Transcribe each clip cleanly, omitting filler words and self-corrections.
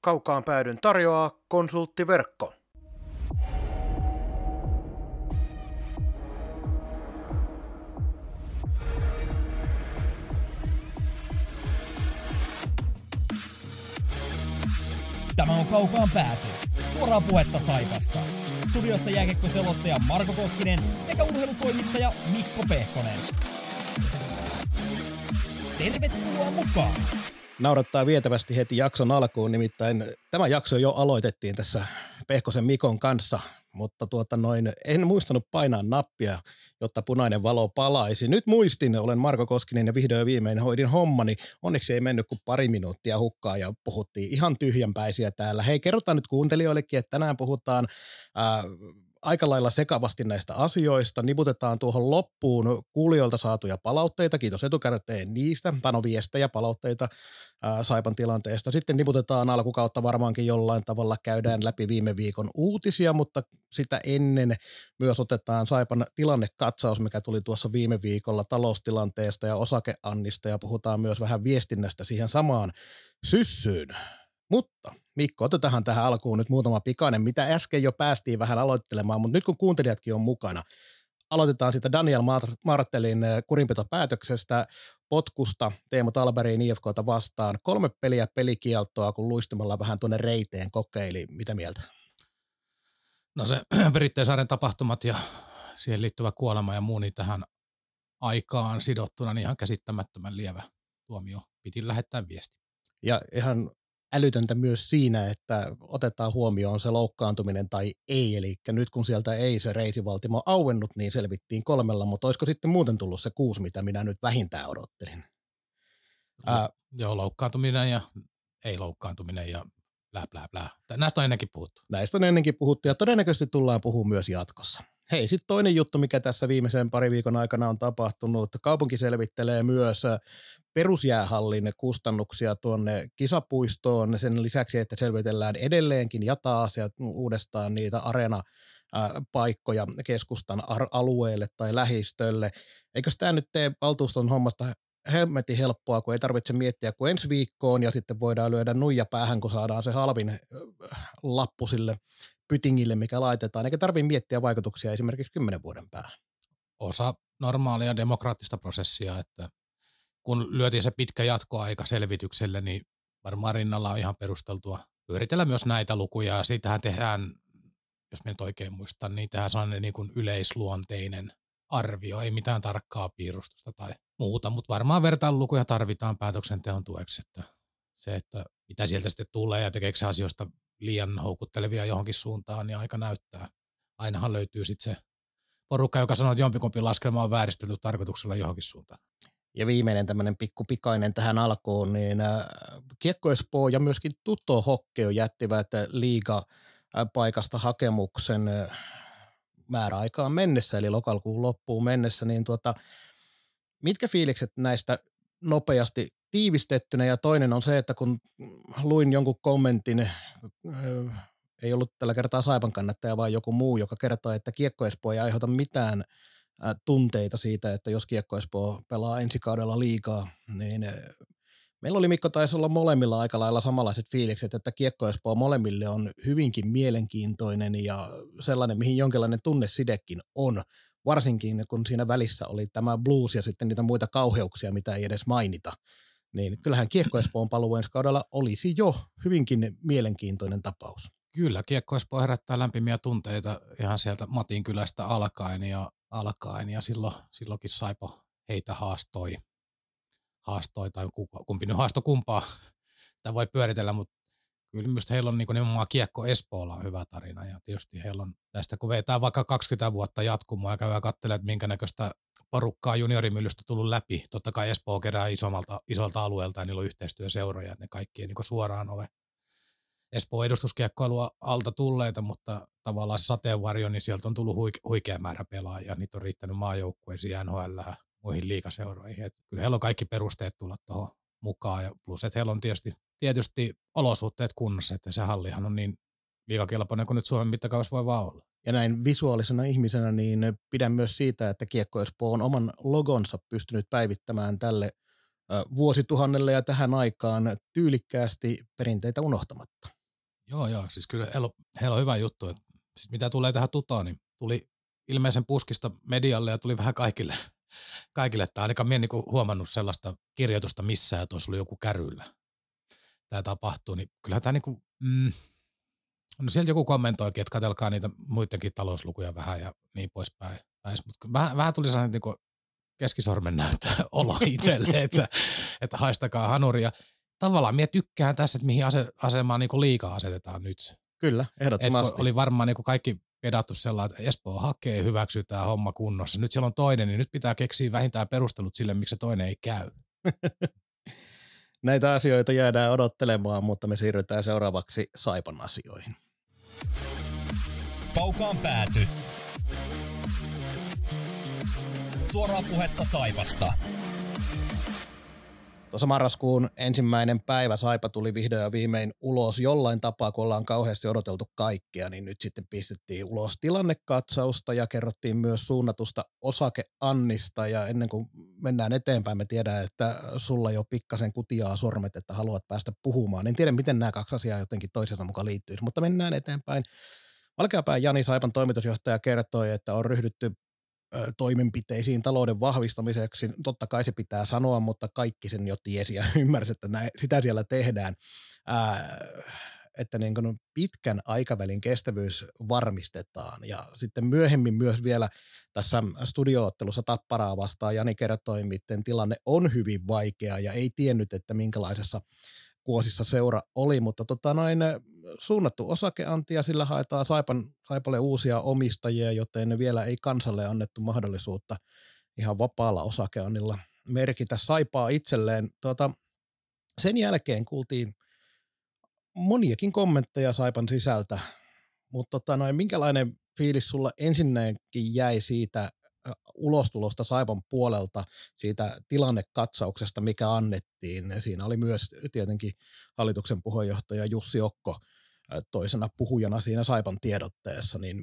Kaukaan päädyn tarjoaa Konsulttiverkko. Tämä on Kaukaan pääty. Suoraa puhetta Saipasta. Studiossa jääkiekkoselostaja Marko Koskinen sekä urheilutoimittaja Mikko Pehkonen. Tervetuloa mukaan! Naurattaa vietävästi heti jakson alkuun, nimittäin tämä jakso jo aloitettiin tässä Pehkosen Mikon kanssa, mutta en muistanut painaa nappia, jotta punainen valo palaisi. Nyt muistin, olen Marko Koskinen ja vihdoin viimein hoidin hommani. Onneksi ei mennyt kuin pari minuuttia hukkaan ja puhuttiin ihan tyhjänpäisiä täällä. Hei, kerrotaan nyt kuuntelijoillekin, että tänään puhutaan aika lailla sekavasti näistä asioista. Niputetaan tuohon loppuun kuulijoilta saatuja palautteita. Kiitos etukäteen niistä. Viestejä, palautteita Saipan tilanteesta. Sitten niputetaan alkukautta varmaankin jollain tavalla. Käydään läpi viime viikon uutisia, mutta sitä ennen myös otetaan Saipan tilannekatsaus, mikä tuli tuossa viime viikolla taloustilanteesta ja osakeannista. Ja puhutaan myös vähän viestinnästä siihen samaan syssyyn. Mutta Mikko, otetaan tähän alkuun nyt muutama pikainen, mitä äsken jo päästiin vähän aloittelemaan, mutta nyt kun kuuntelijatkin on mukana, aloitetaan sitä Daniel Marttelin kurinpitopäätöksestä, potkusta Teemu Talbergin IFK:ta vastaan. 3 peliä pelikieltoa, kun luistimalla vähän tuonne reiteen kokeili. Mitä mieltä? No se Veritteesaaren tapahtumat ja siihen liittyvä kuolema ja muu, niin tähän aikaan sidottuna niin ihan käsittämättömän lievä tuomio. Piti lähettää viesti. Ja ihan älytöntä myös siinä, että otetaan huomioon se loukkaantuminen tai ei, eli nyt kun sieltä ei se reisivaltimo auennut, niin selvittiin 3, mutta olisiko sitten muuten tullut se 6, mitä minä nyt vähintään odottelin? Joo, loukkaantuminen ja ei loukkaantuminen ja blää. Näistä on ennenkin puhuttu. Näistä on ennenkin puhuttu ja todennäköisesti tullaan puhumaan myös jatkossa. Hei, sitten toinen juttu, mikä tässä viimeisen pari viikon aikana on tapahtunut. Kaupunki selvittelee myös perusjäähallin kustannuksia tuonne kisapuistoon. Sen lisäksi, että selvitellään edelleenkin ja taas ja uudestaan niitä areenapaikkoja keskustan alueelle tai lähistölle. Eikö tämä nyt tee valtuuston hommasta hemmetin helppoa, kun ei tarvitse miettiä kuin ensi viikkoon ja sitten voidaan lyödä nuija päähän, kun saadaan se halvin lappu sille pytingille, mikä laitetaan, eikä tarvitse miettiä vaikutuksia esimerkiksi 10 vuoden päähän. Osa normaalia demokraattista prosessia, että kun lyötiin se pitkä jatkoaika selvitykselle, niin varmaan rinnalla on ihan perusteltua pyöritellä myös näitä lukuja, ja siitähän tehdään, jos nyt oikein muistan, niin tehdään sellainen niin kuin yleisluonteinen arvio, ei mitään tarkkaa piirustusta tai muuta, mutta varmaan vertailulukuja tarvitaan päätöksenteon tueksi, että se, että mitä sieltä sitten tulee ja tekeekö se asioista liian houkuttelevia johonkin suuntaan, niin aika näyttää. Ainahan löytyy sitten se porukka, joka sanoo, että jompikumpi laskelma on vääristelty tarkoituksella johonkin suuntaan. Ja viimeinen tämmöinen pikkupikainen tähän alkuun, niin Kiekko Espoo ja myöskin Tutto Hockey jättivät liigapaikasta hakemuksen määräaikaan mennessä, eli lokakuun loppuun mennessä, niin mitkä fiilikset näistä nopeasti tiivistettynä, ja toinen on se, että kun luin jonkun kommentin, ei ollut tällä kertaa Saipan kannattaja, vaan joku muu, joka kertoo, että Kiekko Espoo ei aiheuta mitään tunteita siitä, että jos Kiekko Espoo pelaa ensi kaudella liigaa, niin meillä oli Mikko taisi olla molemmilla aika lailla samanlaiset fiilikset, että Kiekko Espoo molemmille on hyvinkin mielenkiintoinen ja sellainen, mihin jonkinlainen tunnesidekin on, varsinkin kun siinä välissä oli tämä blues ja sitten niitä muita kauheuksia, mitä ei edes mainita. Niin kyllähän Kiekko Espoon paluu ensi kaudella olisi jo hyvinkin mielenkiintoinen tapaus. Kyllä, Kiekko Espoo herättää lämpimiä tunteita ihan sieltä Matinkylästä alkaen ja silloinkin Saipo heitä haastoi tai kumpi nyt haastoi kumpaa. Tämä voi pyöritellä, mutta kyllä minusta heillä on nimenomaan Kiekko Espoolla on hyvä tarina ja tietysti heillä on tästä, kun vetää vaikka 20 vuotta jatkumoa ja käydään katselemaan, että minkä näköistä porukkaa juniorimyllystä tullut läpi. Totta kai Espoo kerää isolta alueelta ja niillä on yhteistyöseuroja, että ne kaikki ei suoraan ole Espoon edustuskiekkoilua alta tulleita, mutta tavallaan se sateenvarjo, niin sieltä on tullut huikea määrä pelaajia. Niitä on riittänyt maajoukkueisiin, NHL ja muihin liigaseuroihin. Että kyllä heillä on kaikki perusteet tulla tuohon mukaan ja plus, että heillä on tietysti olosuhteet kunnossa, että se hallihan on niin liigakelpoinen kuin nyt Suomen mittakaavassa voi vaan olla. Ja näin visuaalisena ihmisenä niin pidän myös siitä, että Kiekko Espoo on oman logonsa pystynyt päivittämään tälle vuosituhannelle ja tähän aikaan tyylikkäästi perinteitä unohtamatta. Joo, siis kyllä heillä on hyvä juttu. Siis mitä tulee tähän tutoon, niin tuli ilmeisen puskista medialle ja tuli vähän kaikille. Tai ainakaan minä en niinku huomannut sellaista kirjoitusta missään, että olisi ollut joku käryllä. Tämä tapahtuu, niin kyllähän tämä niinku, no sieltä joku kommentoikin, että katselkaa niitä muidenkin talouslukuja vähän ja niin poispäin. Mutta vähän tuli sellainen niinku keskisormen näyttää olo itselleen, että haistakaa hanuria. Tavallaan minä tykkään tässä, että mihin asemaan niinku liikaa asetetaan nyt. Kyllä, ehdottomasti. Oli varmaan niinku kaikki pedattu sellainen, että Espoo hakee, hyväksytään homma kunnossa. Nyt siellä on toinen, niin nyt pitää keksiä vähintään perustelut sille, miksi se toinen ei käy. Näitä asioita jäädään odottelemaan, mutta me siirrytään seuraavaksi Saipan asioihin. Kaukaan pääty. Suoraa puhetta Saipasta. Tuossa marraskuun 1. päivä Saipa tuli vihdoin ja viimein ulos jollain tapaa, kun ollaan kauheasti odoteltu kaikkia, niin nyt sitten pistettiin ulos tilannekatsausta ja kerrottiin myös suunnatusta osakeannista, ja ennen kuin mennään eteenpäin, me tiedän, että sulla jo pikkasen kutiaa sormet, että haluat päästä puhumaan. En tiedä, miten nämä kaksi asiaa jotenkin toisensa mukaan liittyisi, mutta mennään eteenpäin. Valkeapään Jani, Saipan toimitusjohtaja, kertoi, että on ryhdytty toimenpiteisiin talouden vahvistamiseksi. Totta kai se pitää sanoa, mutta kaikki sen jo tiesi ja ymmärsi, että sitä siellä tehdään. Että niin kuin pitkän aikavälin kestävyys varmistetaan. Ja sitten myöhemmin myös vielä tässä studioottelussa Tapparaa vastaan Jani kertoi, miten tilanne on hyvin vaikea ja ei tiennyt, että minkälaisessa kuosissa seura oli, mutta suunnattu osakeanti ja sillä haetaan Saipalle uusia omistajia, joten vielä ei kansalle annettu mahdollisuutta ihan vapaalla osakeannilla merkitä Saipaa itselleen. Sen jälkeen kuultiin moniakin kommentteja Saipan sisältä, mutta minkälainen fiilis sulla ensinnäkin jäi siitä ulostulosta Saipan puolelta, siitä tilannekatsauksesta, mikä annettiin? Siinä oli myös tietenkin hallituksen puheenjohtaja Jussi Okko toisena puhujana siinä Saipan tiedotteessa, niin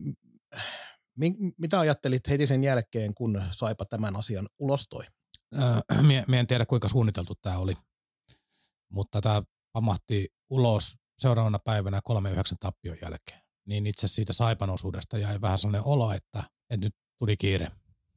mitä ajattelit heti sen jälkeen, kun Saipa tämän asian ulostoi? Mie en tiedä, kuinka suunniteltu tämä oli, mutta tämä pamahti ulos seuraavana päivänä 3-9 tappion jälkeen. Niin itse siitä Saipan osuudesta jäi vähän sellainen olo, että nyt tuli kiire.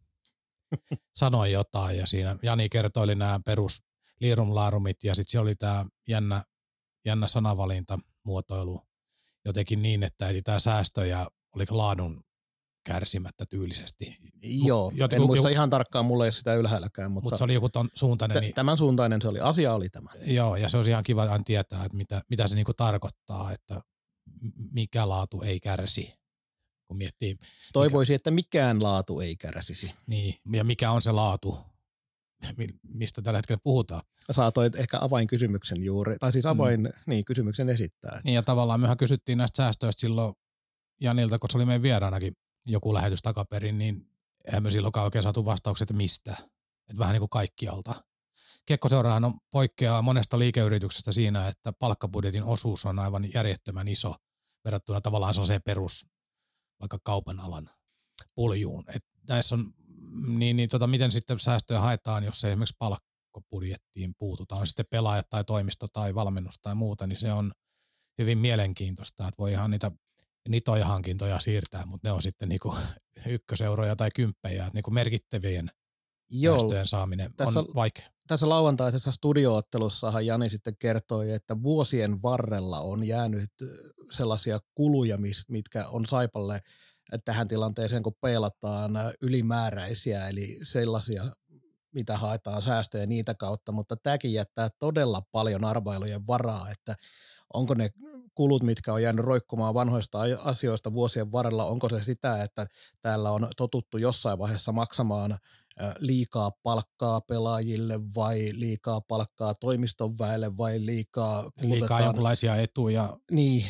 Sanoi jotain ja siinä Jani kertoi nämä perus liirumlaarumit ja sitten siellä oli tämä jännä sanavalinta muotoilu jotenkin niin, että etsitään säästöjä, oliko laadun kärsimättä tyylisesti. Joo, en muista ihan tarkkaan, mulla ei ole sitä ylhäälläkään. Mutta se oli joku suuntainen. Niin, tämän suuntainen se oli, asia oli tämä. Joo, ja se olisi ihan kiva tietää, että mitä se niinku tarkoittaa, että mikä laatu ei kärsi. Kun miettii, toivoisi, että mikään laatu ei kärsisi. Niin, ja mikä on se laatu, mistä tällä hetkellä puhutaan. Saatoit ehkä avainkysymyksen juuri, tai siis kysymyksen esittää. Niin, ja tavallaan mehän kysyttiin näistä säästöistä silloin Janilta, kun se oli meidän vieraanakin joku lähetys takaperin, niin eihän me silloinkaan oikein saatu vastaukset, että mistä. Että vähän niin kuin kaikkialta. Kiekkoseurahan on poikkeaa monesta liikeyrityksestä siinä, että palkkabudjetin osuus on aivan järjettömän iso verrattuna tavallaan sellaiseen perus vaikka kaupan alan puljuun. Et näissä on, miten sitten säästöjä haetaan, jos ei esimerkiksi palkkabudjettiin puututaan, on sitten pelaajat tai toimisto tai valmennus tai muuta, niin se on hyvin mielenkiintoista, että voi ihan niitä nitoja hankintoja siirtää, mutta ne on sitten niinku ykköseuroja tai kymppejä, että niinku merkittävien säästöjen saaminen on vaikea. Tässä lauantaisessa studioottelussahan Jani sitten kertoi, että vuosien varrella on jäänyt sellaisia kuluja, mitkä on Saipalle tähän tilanteeseen, kun peilataan ylimääräisiä, eli sellaisia, mitä haetaan säästöjä niitä kautta, mutta tämäkin jättää todella paljon arvailujen varaa, että onko ne kulut, mitkä on jäänyt roikkumaan vanhoista asioista vuosien varrella, onko se sitä, että täällä on totuttu jossain vaiheessa maksamaan liikaa palkkaa pelaajille vai liikaa palkkaa toimiston väelle vai liikaa jonkinlaisia etuja. Niin,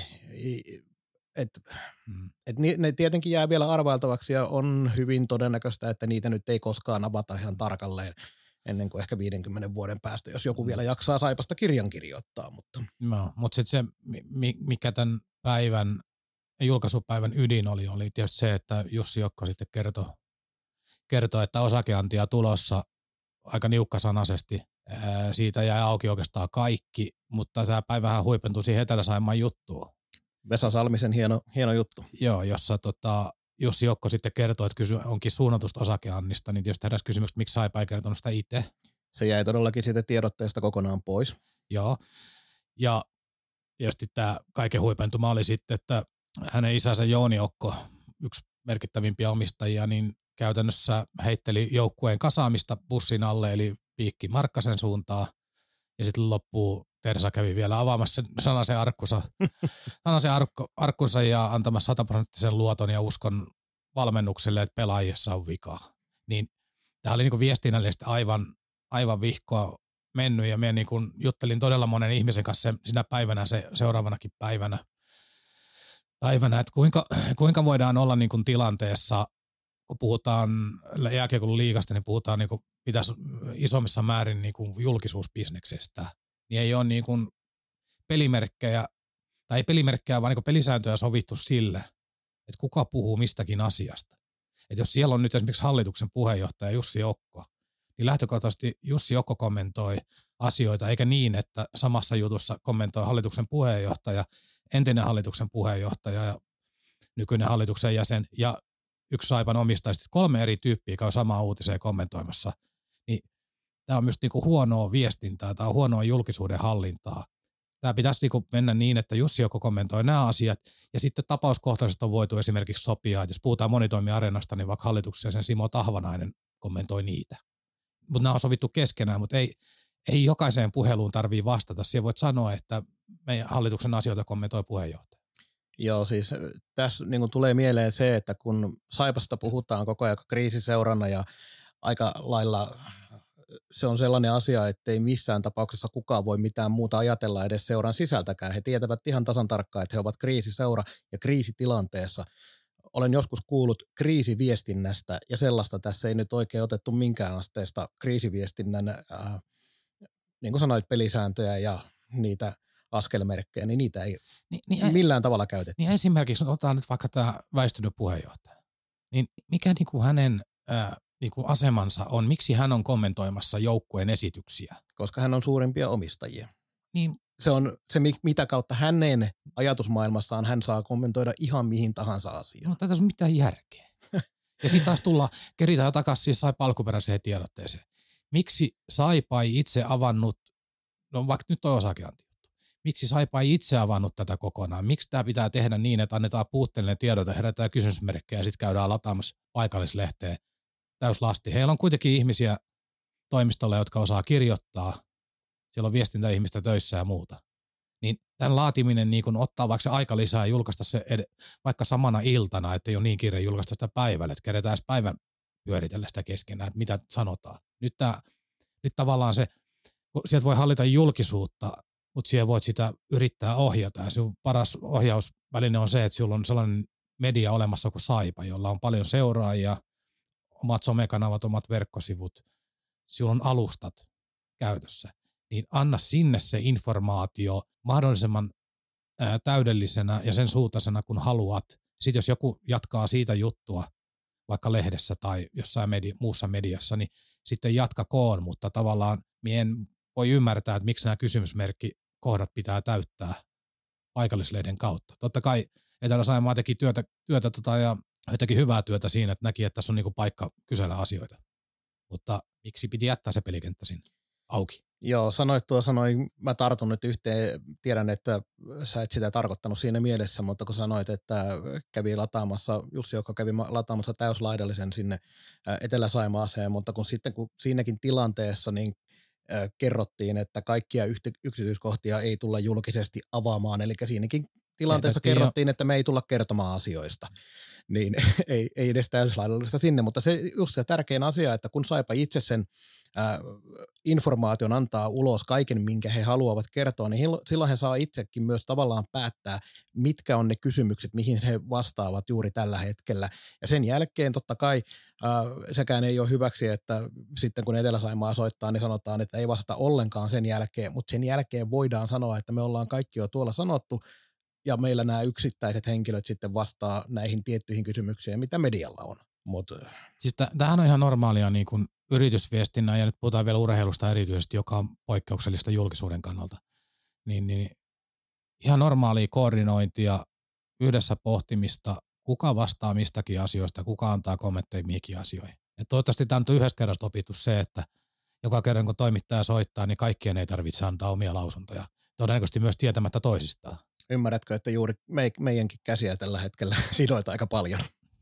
ne tietenkin jää vielä arvailtavaksi ja on hyvin todennäköistä, että niitä nyt ei koskaan avata ihan tarkalleen ennen kuin ehkä 50 vuoden päästä, jos joku vielä jaksaa Saipasta kirjan kirjoittaa. Mutta sitten se, mikä tämän julkaisupäivän ydin oli tietysti se, että Jussi Okko sitten kertoi, että osakeantia tulossa aika niukkasanaisesti. Siitä jäi auki oikeastaan kaikki, mutta tämä päivähän huipentui siihen Etelä-Saimaan juttuun. Vesa Salmisen hieno juttu. Joo, jossa Jussi Jokko sitten kertoo, että onkin suunnatusta osakeannista, niin tietysti heräsi kysymys, että miksi Saipa ei kertonut sitä itse. Se jäi todellakin siitä tiedotteesta kokonaan pois. Joo, ja tietysti tämä kaiken huipentuma oli sitten, että hänen isänsä Jouni Jokko, yksi merkittävimpiä omistajia, niin käytännössä heitteli joukkueen kasaamista bussin alle, eli piikki Markkasen suuntaan, ja sitten loppuun Tersa kävi vielä avaamassa sanasen arkkunsa ja antamassa 100% luoton ja uskon valmennukselle, että pelaajissa on vikaa. Niin tämä oli niinku viestinnällisesti aivan vihkoa mennyt, ja minä niinku juttelin todella monen ihmisen kanssa sinä päivänä, seuraavanakin päivänä, että kuinka voidaan olla niinku tilanteessa, kun puhutaan jääkiekon liigasta, niin puhutaan niinku pitäisi isommissa määrin niinku julkisuusbisneksestä, niin ei ole niinku pelimerkkejä, tai ei pelimerkkejä, vaan niinku pelisääntöjä sovittu sille, että kuka puhuu mistäkin asiasta. Että jos siellä on nyt esimerkiksi hallituksen puheenjohtaja Jussi Jokko, niin lähtökohtaisesti Jussi Jokko kommentoi asioita, eikä niin, että samassa jutussa kommentoi hallituksen puheenjohtaja, entinen hallituksen puheenjohtaja ja nykyinen hallituksen jäsen ja yksi Saipan omistaja, 3 eri tyyppiä, joka on samaa uutiseen kommentoimassa, niin tämä on myös niinku huonoa viestintää, tämä on huonoa julkisuuden hallintaa. Tämä pitäisi niinku mennä niin, että Jussi Jokko kommentoi nämä asiat, ja sitten tapauskohtaisesti on voitu esimerkiksi sopia, että jos puhutaan monitoimiareenasta, niin vaikka hallituksen sen Simo Tahvanainen kommentoi niitä. Mutta nämä on sovittu keskenään, mutta ei jokaiseen puheluun tarvitse vastata. Siellä voit sanoa, että meidän hallituksen asioita kommentoi puheenjohtaja. Joo, siis tässä niin tulee mieleen se, että kun Saipasta puhutaan koko ajan kriisiseurana ja aika lailla se on sellainen asia, että ei missään tapauksessa kukaan voi mitään muuta ajatella edes seuran sisältäkään. He tietävät ihan tasan tarkkaan, että he ovat kriisiseura ja kriisitilanteessa. Olen joskus kuullut kriisiviestinnästä ja sellaista tässä ei nyt oikein otettu minkään asteesta kriisiviestinnän, niin kuin sanoit, pelisääntöjä ja niitä askelmerkkejä, niin niitä ei millään tavalla käytetty. Niin esimerkiksi otetaan nyt vaikka tämä väistynyt puheenjohtaja. Niin mikä niinku hänen niinku asemansa on, miksi hän on kommentoimassa joukkueen esityksiä? Koska hän on suurimpia omistajia. Niin. Se on se, mitä kautta hänen ajatusmaailmassaan hän saa kommentoida ihan mihin tahansa asiaan. No tätä on mitään järkeä. Ja sitten taas keritään takaisin siis Saipa alkuperäiseen tiedotteeseen. Miksi Saipa ei itse avannut, no vaikka nyt toi osakeanti. Miksi Saipa ei itse avannut tätä kokonaan? Miksi tämä pitää tehdä niin, että annetaan puutteellinen tiedot ja herätään kysymysmerkkejä ja sitten käydään lataamassa paikallislehteen täyslasti? Heillä on kuitenkin ihmisiä toimistolla, jotka osaa kirjoittaa. Siellä on viestintäihmistä töissä ja muuta. Niin tämän laatiminen niin kun ottaa vaikka se aika lisää ja julkaista se vaikka samana iltana, että ei ole niin kiire julkaista sitä päivällä, että keretään päivän pyöritellä sitä keskenään, että mitä sanotaan. Nyt tavallaan se, sieltä voi hallita julkisuutta, mutta siellä voit sitä yrittää ohjata. Ja sun paras ohjausväline on se, että sulla on sellainen media olemassa kuin Saipa, jolla on paljon seuraajia, omat somekanavat, omat verkkosivut, sulla on alustat käytössä. Niin anna sinne se informaatio mahdollisimman täydellisenä ja sen suuntaisena kun haluat. Sitten jos joku jatkaa siitä juttua, vaikka lehdessä tai jossain muussa mediassa, niin sitten jatkakoon, mutta tavallaan en voi ymmärtää, että miksi nämä kysymysmerkkikohdat pitää täyttää paikallislehden kautta. Totta kai Etelä-Saimaa teki työtä ja he teki hyvää työtä siinä, että näki, että tässä on niinku paikka kysellä asioita. Mutta miksi piti jättää se pelikenttä sinne auki? Joo, sanoit, mä tartun nyt yhteen, tiedän, että sä et sitä tarkoittanut siinä mielessä, mutta kun sanoit, että Jussi Jokko kävi lataamassa täyslaidallisen sinne Etelä-Saimaaseen, mutta kun siinäkin tilanteessa niin kerrottiin, että kaikkia yksityiskohtia ei tulla julkisesti avaamaan, eli siinäkin tilanteessa kerrottiin, että me ei tulla kertomaan asioista, niin ei edes täyslaidallista sinne, mutta se just se tärkein asia, että kun Saipa itse sen informaation antaa ulos kaiken, minkä he haluavat kertoa, niin silloin he saa itsekin myös tavallaan päättää, mitkä on ne kysymykset, mihin he vastaavat juuri tällä hetkellä. Ja sen jälkeen totta kai sekään ei ole hyväksi, että sitten kun Etelä-Saimaa soittaa, niin sanotaan, että ei vastata ollenkaan sen jälkeen, mutta sen jälkeen voidaan sanoa, että me ollaan kaikki jo tuolla sanottu, ja meillä nämä yksittäiset henkilöt sitten vastaa näihin tiettyihin kysymyksiin, mitä medialla on. Siis tämähän on ihan normaalia niin kuin yritysviestinnän, ja nyt puhutaan vielä urheilusta erityisesti, joka on poikkeuksellista julkisuuden kannalta, niin ihan normaalia koordinointia yhdessä pohtimista, kuka vastaa mistäkin asioista, kuka antaa kommentteja mihinkin asioihin. Ja toivottavasti tämä on yhdestä kerrasta opittu se, että joka kerran kun toimittaja soittaa, niin kaikkien ei tarvitse antaa omia lausuntoja. Todennäköisesti myös tietämättä toisistaan. Ymmärrätkö, että juuri meidänkin käsiä tällä hetkellä sidoita aika paljon?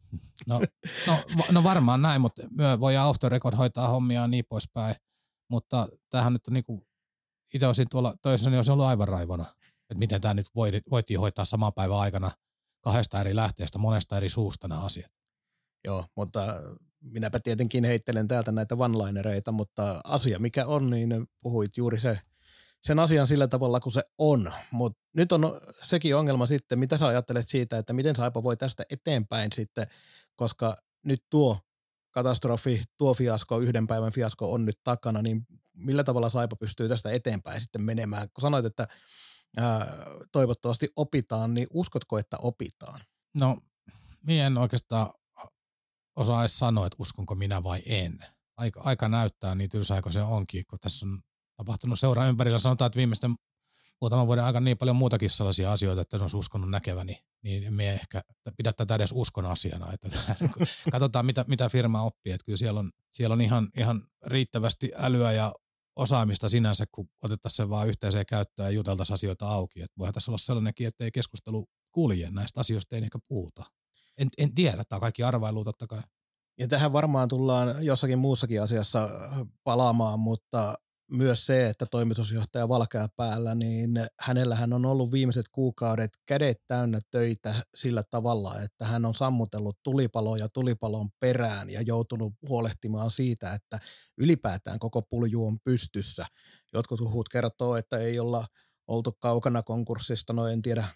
No varmaan näin, mutta me voidaan off the record hoitaa hommia niin poispäin. Mutta tämähän nyt on niinku, itse olisin tuolla töissä, niin olisi ollut aivan raivona, että miten tämä nyt voitiin hoitaa saman päivän aikana 2 eri lähteestä, monesta eri suusta nämä asiat. Joo, mutta minäpä tietenkin heittelen täältä näitä one-linereita, mutta asia mikä on, niin puhuit juuri sen asian sillä tavalla kuin se on. Mutta nyt on sekin ongelma sitten, mitä sä ajattelet siitä, että miten Saipa voi tästä eteenpäin sitten, koska nyt tuo katastrofi, tuo fiasko, 1 päivän fiasko on nyt takana, niin millä tavalla Saipa pystyy tästä eteenpäin sitten menemään? Kun sanoit, että toivottavasti opitaan, niin uskotko, että opitaan? No, minä en oikeastaan osaa edes sanoa, että uskonko minä vai en. Aika näyttää niin tylsää kuin se onkin, kun tässä on tapahtunut seuran ympärillä. Sanotaan, että viimeisten muutaman vuoden aikana niin paljon muutakin sellaisia asioita, että en olisi uskonut näkeväni, niin me ehkä pidä tätä edes uskon asiana. Että katsotaan, mitä firma oppii. Että kyllä siellä on ihan riittävästi älyä ja osaamista sinänsä, kun otettaisiin se vaan yhteiseen käyttöön ja juteltaisiin asioita auki. Että voihan tässä olla sellainenkin, että ei keskustelu kulje näistä asioista, ei ehkä puhuta. En tiedä, tämä on kaikki arvailu totta kai. Ja tähän varmaan tullaan jossakin muussakin asiassa palaamaan, mutta myös se, että toimitusjohtaja Valkeapäällä, niin hänellähän on ollut viimeiset kuukaudet kädet täynnä töitä sillä tavalla, että hän on sammutellut tulipaloja tulipalon perään ja joutunut huolehtimaan siitä, että ylipäätään koko pulju on pystyssä. Jotkut huhut kertoo, että ei olla oltu kaukana konkurssista, no en tiedä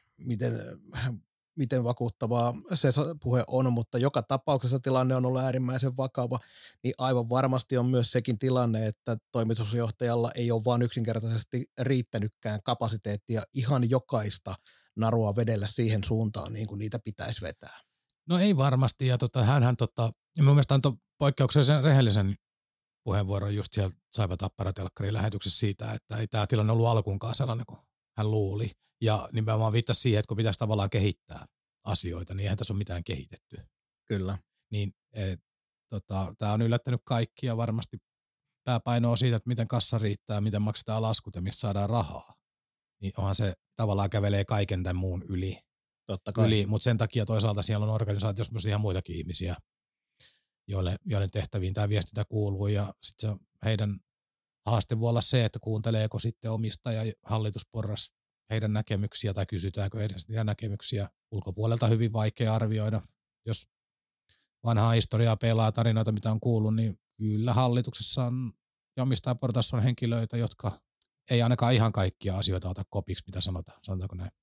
miten vakuuttavaa se puhe on, mutta joka tapauksessa tilanne on ollut äärimmäisen vakava, niin aivan varmasti on myös sekin tilanne, että toimitusjohtajalla ei ole vaan yksinkertaisesti riittänytkään kapasiteettia ihan jokaista narua vedellä siihen suuntaan, niin kuin niitä pitäisi vetää. No ei varmasti, ja hänhän mun mielestä antoi poikkeuksellisen rehellisen puheenvuoron just siellä Saipa Tappara-telkkarin lähetyksessä siitä, että ei tämä tilanne ollut alkuunkaan sellainen kuin hän luuli. Ja nimenomaan viittasi siihen, että kun pitäisi tavallaan kehittää asioita, niin eihän tässä ole mitään kehitetty. Kyllä. Niin tämä on yllättänyt kaikkia varmasti. Pääpaino on siitä, että miten kassa riittää, miten maksetaan laskut ja mistä saadaan rahaa. Niin onhan se tavallaan kävelee kaiken tämän muun yli. Totta kai. Mutta sen takia toisaalta siellä on organisaatiossa myös ihan muitakin ihmisiä, joiden tehtäviin tämä viestintä kuuluu. Ja sitten se heidän haaste voi olla se, että kuunteleeko sitten omistaja ja hallitusporras heidän näkemyksiä tai kysytäänkö edes niitä näkemyksiä. Ulkopuolelta hyvin vaikea arvioida. Jos vanhaa historiaa pelaa tarinoita, mitä on kuullut, niin kyllä hallituksessa on ja omistajaportaassa on henkilöitä, jotka ei ainakaan ihan kaikkia asioita ota kopiksi, mitä sanotaan. Sanotaanko näin?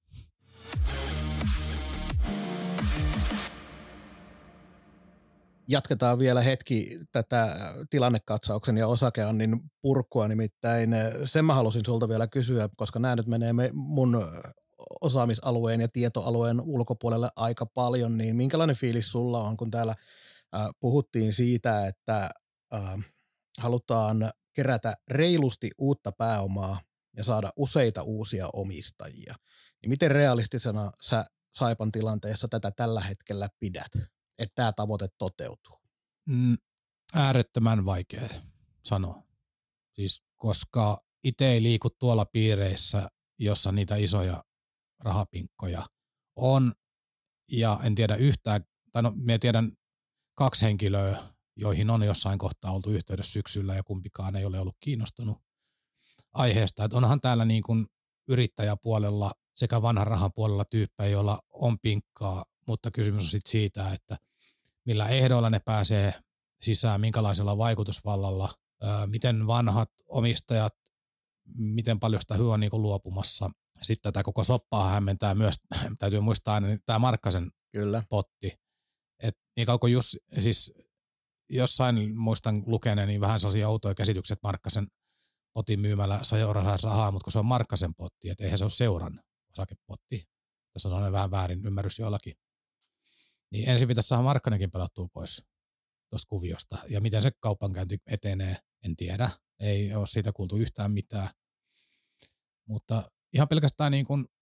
Jatketaan vielä hetki tätä tilannekatsauksen ja osakeannin purkua, nimittäin sen mä halusin sulta vielä kysyä, koska nämä nyt menee mun osaamisalueen ja tietoalueen ulkopuolelle aika paljon, niin minkälainen fiilis sulla on, kun täällä puhuttiin siitä, että halutaan kerätä reilusti uutta pääomaa ja saada useita uusia omistajia, niin miten realistisena sä Saipan tilanteessa tätä tällä hetkellä pidät, että tämä tavoite toteutuu? Äärettömän vaikea sanoa. Siis koska itse ei liiku tuolla piireissä, jossa niitä isoja rahapinkkoja on, ja en tiedä yhtään, tai no minä tiedän 2 henkilöä, joihin on jossain kohtaa oltu yhteydessä syksyllä, ja kumpikaan ei ole ollut kiinnostunut aiheesta. Että onhan täällä niin kuin yrittäjäpuolella sekä vanhan rahan puolella tyyppejä, joilla on pinkkaa, mutta kysymys on sitten siitä, että millä ehdoilla ne pääsee sisään, minkälaisella vaikutusvallalla, miten vanhat omistajat, miten paljon sitä hyö on niin kuin luopumassa. Sitten tätä koko soppaa hämmentää myös, täytyy muistaa aina, tämä Markkasen Kyllä. potti. Et niin kauan kuin siis jossain muistan lukeneen niin vähän sellaisia outoja käsityksiä, että Markkasen potin myymällä seura rahaa, mutta kun se on Markkasen potti, että eihän se ole seuran osakepotti. Tässä on sellainen vähän väärin ymmärrys jollakin. Niin ensin pitäisi saada Markkanenkin pelattua pois tuosta kuviosta. Ja miten se kaupankäynti etenee, en tiedä. Ei ole siitä kuultu yhtään mitään. Mutta ihan pelkästään niin kuin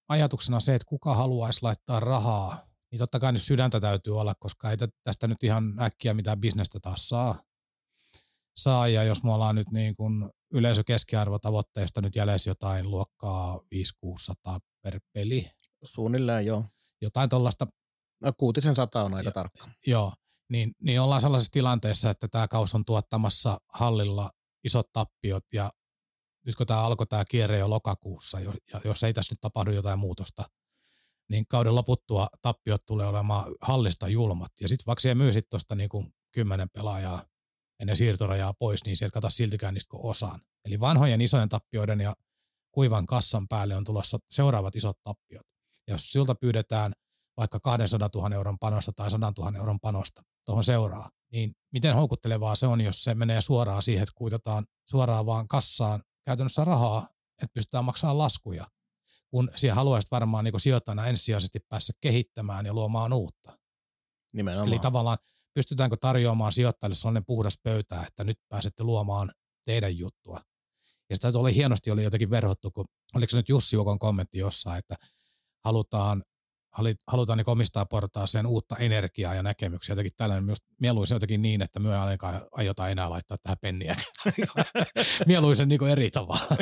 ajatuksena se, että kuka haluaisi laittaa rahaa, niin totta kai nyt sydäntä täytyy olla, koska ei tästä nyt ihan äkkiä mitään bisnestä taas saa. Ja jos me ollaan nyt niin kuin yleisökeskiarvotavoitteesta nyt jäljessä jotain luokkaa 500-600 per peli. Suunnilleen joo. Jotain tuollaista. No 600 on aika tarkka. Joo, niin ollaan sellaisessa tilanteessa, että tämä kaus on tuottamassa hallilla isot tappiot ja nyt kun tämä kierre jo lokakuussa, ja jos ei tässä nyt tapahdu jotain muutosta, niin kauden loputtua tappiot tulee olemaan hallista julmat. Ja sitten vaikka siellä myy sitten tuosta niinku 10 pelaajaa ennen siirtorajaa pois, niin sieltä katsoi siltikään niistä kuin osaan. Eli vanhojen isojen tappioiden ja kuivan kassan päälle on tulossa seuraavat isot tappiot. Ja jos siltä pyydetään vaikka 200 000 euron panosta tai 100 000 euron panosta tuohon seuraa, niin miten houkuttelevaa se on, jos se menee suoraan siihen, että kuitataan suoraan vaan kassaan käytännössä rahaa, että pystytään maksamaan laskuja, kun siellä haluaisit varmaan niin sijoittajana ensisijaisesti päässä kehittämään ja luomaan uutta. Nimenomaan. Eli tavallaan pystytäänkö tarjoamaan sijoittajille sellainen puhdas pöytä, että nyt pääsette luomaan teidän juttua. Ja sitä oli hienosti jotenkin verhottu, kun oliko se nyt Jussi Ukon kommentti jossain, että halutaan niin omistaa portaaseen uutta energiaa ja näkemyksiä. Jotenkin tällainen myös mieluisen jotenkin niin, että me ei aiota enää laittaa tähän penniä. Mieluisen niin kuin eri tavalla.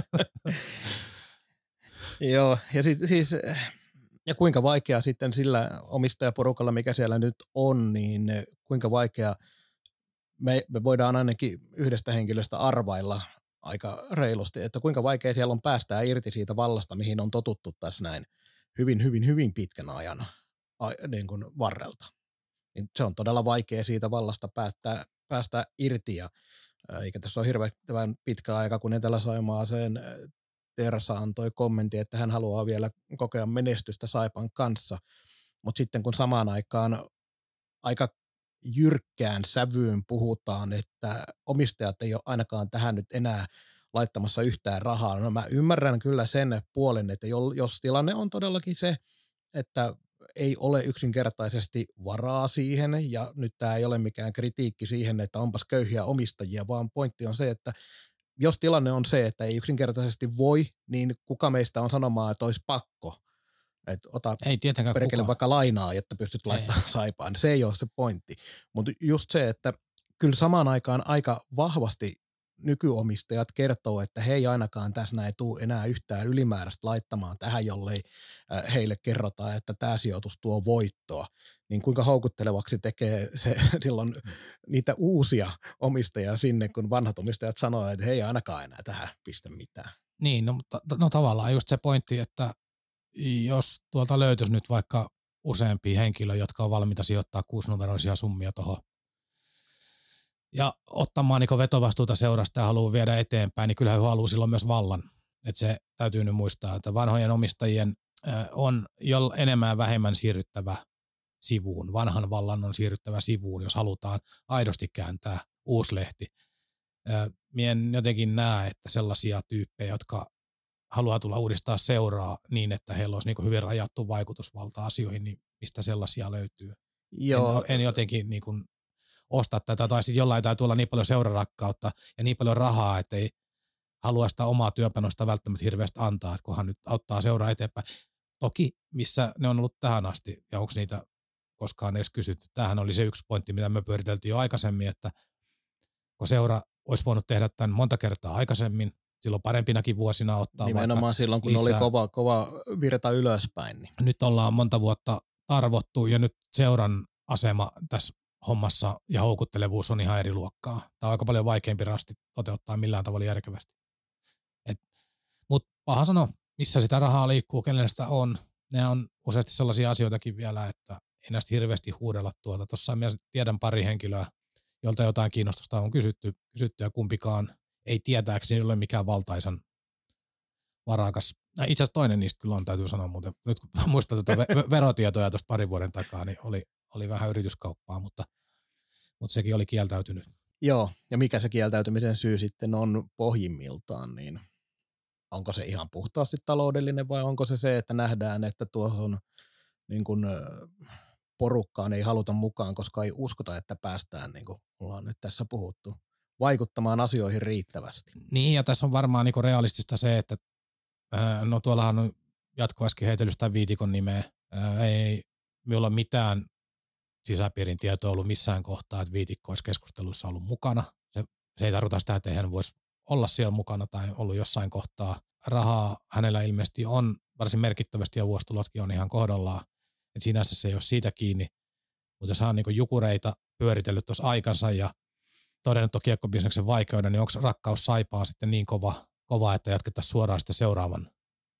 Joo, ja siis ja kuinka vaikea sitten sillä omistajaporukalla, mikä siellä nyt on, niin kuinka vaikea me voidaan ainakin yhdestä henkilöstä arvailla aika reilusti, että kuinka vaikea siellä on päästää irti siitä vallasta, mihin on totuttu tässä näin hyvin pitkän ajan niin kuin varrelta. Niin se on todella vaikea siitä vallasta päästä irti, ja eikä tässä ole hirveän pitkä aika, kun Etelä-Saimaaseen Tersa antoi kommentin, että hän haluaa vielä kokea menestystä Saipan kanssa, mutta sitten kun samaan aikaan aika jyrkkään sävyyn puhutaan, että omistajat ei ole ainakaan tähän nyt enää laittamassa yhtään rahaa. No mä ymmärrän kyllä sen puolen, että jos tilanne on todellakin se, että ei ole yksinkertaisesti varaa siihen, ja nyt tämä ei ole mikään kritiikki siihen, että onpas köyhiä omistajia, vaan pointti on se, että jos tilanne on se, että ei yksinkertaisesti voi, niin kuka meistä on sanomaan, että olisi pakko, että ota perkele vaikka lainaa, että pystyt laittamaan Saipaan. Se ei ole se pointti. Mutta just se, että kyllä samaan aikaan aika vahvasti nykyomistajat kertoo, että he ei ainakaan tässä ei tule enää yhtään ylimääräistä laittamaan tähän, jollei heille kerrota, että tämä sijoitus tuo voittoa. Niin kuinka houkuttelevaksi tekee se silloin niitä uusia omistajia sinne, kun vanhat omistajat sanoo, että he ei ainakaan enää tähän pistä mitään. Niin, no tavallaan just se pointti, että jos tuolta löytyisi nyt vaikka useampia henkilöitä, jotka on valmiita sijoittaa 6-numeroisia summia tuohon ja ottamaan niin vetovastuuta seurasta ja haluaa viedä eteenpäin, niin kyllähän he haluaa silloin myös vallan. Että se täytyy nyt muistaa, että vanhojen omistajien on jo enemmän ja vähemmän siirryttävä sivuun. Vanhan vallan on siirryttävä sivuun, jos halutaan aidosti kääntää uusi lehti. Mie en jotenkin näe, että sellaisia tyyppejä, jotka haluaa tulla uudistaa seuraa niin, että heillä olisi niin hyvin rajattu vaikutusvalta asioihin, niin mistä sellaisia löytyy. Joo. En jotenkin niin kuin ostaa tätä, tai sitten jollain täytyy olla niin paljon seurarakkautta ja niin paljon rahaa, että ei halua sitä omaa työpanosta välttämättä hirveästi antaa, että kunhan nyt auttaa seuraa eteenpäin. Toki, missä ne on ollut tähän asti, ja onko niitä koskaan edes kysytty. Tämähän oli se yksi pointti, mitä me pyöriteltiin jo aikaisemmin, että kun seura olisi voinut tehdä tämän monta kertaa aikaisemmin, silloin parempinakin vuosina ottaa nimenomaan silloin, kun lisää. Oli kova virta ylöspäin. Niin. Nyt ollaan monta vuotta tarvottu, ja nyt seuran asema tässä hommassa ja houkuttelevuus on ihan eri luokkaa. Tämä on aika paljon vaikeampi rasti toteuttaa millään tavalla järkevästi. Mutta paha sanoa, missä sitä rahaa liikkuu, kenelle sitä on. Ne on useasti sellaisia asioitakin vielä, että ei näistä hirveästi huudella tuolta. Tuossa minä tiedän pari henkilöä, jolta jotain kiinnostusta on kysytty ja kumpikaan ei tietääkseni ole mikään valtaisan varakas. Itse asiassa toinen niistä kyllä on, täytyy sanoa muuten. Nyt kun muistan tuota verotietoja tuosta parin vuoden takaa, niin oli vähän yrityskauppaa, mutta sekin oli kieltäytynyt. Joo, ja mikä se kieltäytymisen syy sitten on pohjimmiltaan, niin onko se ihan puhtaasti taloudellinen vai onko se, että nähdään, että tuohon niin kuin porukkaan ei haluta mukaan, koska ei uskota, että päästään, niin kuin ollaan nyt tässä puhuttu, vaikuttamaan asioihin riittävästi. Niin, ja tässä on varmaan niin kuin realistista se, että no tuollahan on äsken heitellyt sitä Viitikon nimeä. Ei minulla mitään sisäpiirin tietoa ollut missään kohtaa, että Viitikko olisi keskusteluissa ollut mukana. Se ei tarkoita sitä, että hän voisi olla siellä mukana tai ollut jossain kohtaa. Rahaa hänellä ilmeisesti on varsin merkittävästi ja vuositulotkin on ihan kohdallaan. Et sinänsä se ei ole siitä kiinni. Mutta jos hän on niin jukureita pyöritellyt tuossa aikansa ja todennut tuon kiekkobisneksen vaikeuden, niin onko rakkaus Saipaan sitten niin kova, että jatkettaisiin suoraan sitten seuraavan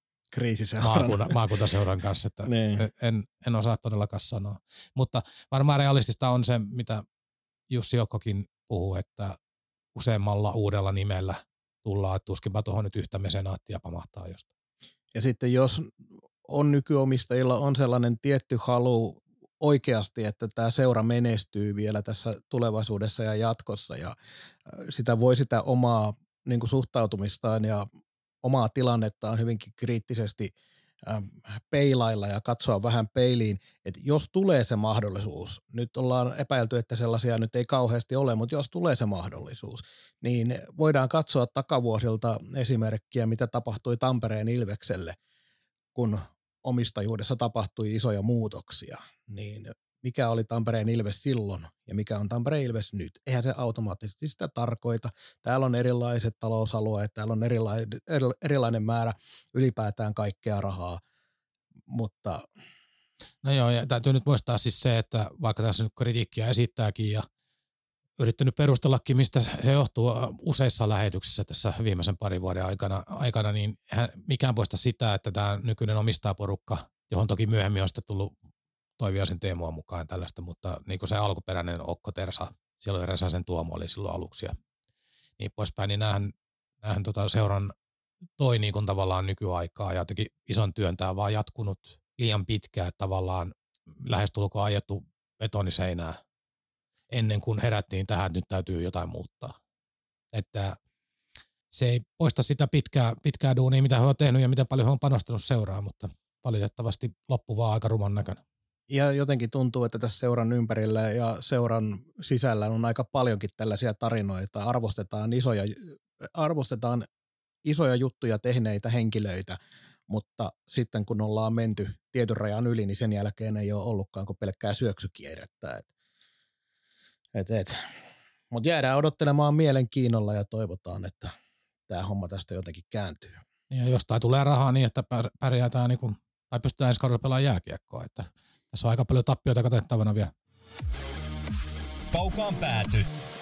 maakuntaseuran kanssa, että en osaa todellakaan sanoa. Mutta varmaan realistista on se, mitä Jussi Jokkokin puhuu, että useammalla uudella nimellä tullaan, että tuskinpa tuohon nyt yhtä mesenaattia pamahtaa jostain. Ja sitten jos on nykyomistajilla on sellainen tietty halu oikeasti, että tämä seura menestyy vielä tässä tulevaisuudessa ja jatkossa ja sitä voi sitä omaa niin kuin suhtautumistaan ja omaa tilannettaan hyvinkin kriittisesti peilailla ja katsoa vähän peiliin, että jos tulee se mahdollisuus, nyt ollaan epäilty, että sellaisia nyt ei kauheasti ole, mutta jos tulee se mahdollisuus, niin voidaan katsoa takavuosilta esimerkkiä, mitä tapahtui Tampereen Ilvekselle, kun omistajuudessa tapahtui isoja muutoksia, niin mikä oli Tampereen Ilves silloin ja mikä on Tampereen Ilves nyt. Eihän se automaattisesti sitä tarkoita. Täällä on erilaiset talousalueet, täällä on erilainen määrä ylipäätään kaikkea rahaa, mutta... No joo, ja täytyy nyt muistaa siis se, että vaikka tässä nyt kritiikkiä esittääkin ja yrittänyt perustellakin, mistä se johtuu useissa lähetyksissä tässä viimeisen parin vuoden aikana niin mikään poista sitä, että tämä nykyinen omistajaporukka, johon toki myöhemmin on sitten tullut Toiviaisen Teemua mukaan tällaista, mutta niin kuin se alkuperäinen Okko Tersa, siellä oli Resasen Tuomo oli silloin aluksi ja niin poispäin, niin näähän seuran toi niin kuin tavallaan nykyaikaa ja teki ison työn, tämä vaan jatkunut liian pitkään, että tavallaan lähestulkoon ajettu betoniseinää ennen kuin herättiin tähän, että nyt täytyy jotain muuttaa. Että se ei poista sitä pitkää duunia, mitä he on tehnyt ja miten paljon he on panostanut seuraa, mutta valitettavasti loppu vaan aika ruman näköinen. Ja jotenkin tuntuu, että tässä seuran ympärillä ja seuran sisällä on aika paljonkin tällaisia tarinoita. Arvostetaan isoja juttuja tehneitä henkilöitä, mutta sitten kun ollaan menty tietyn rajan yli, niin sen jälkeen ei ole ollutkaan kuin pelkkää syöksykierrettä. Mutta jäädään odottelemaan mielenkiinnolla ja toivotaan, että tämä homma tästä jotenkin kääntyy. Ja jostain tulee rahaa niin, että pärjätään niin kuin, tai pystytään ensi kaudella pelaamaan jääkiekkoa. Että tässä on aika paljon tappioita katettavana vielä. Kaukaan pääty.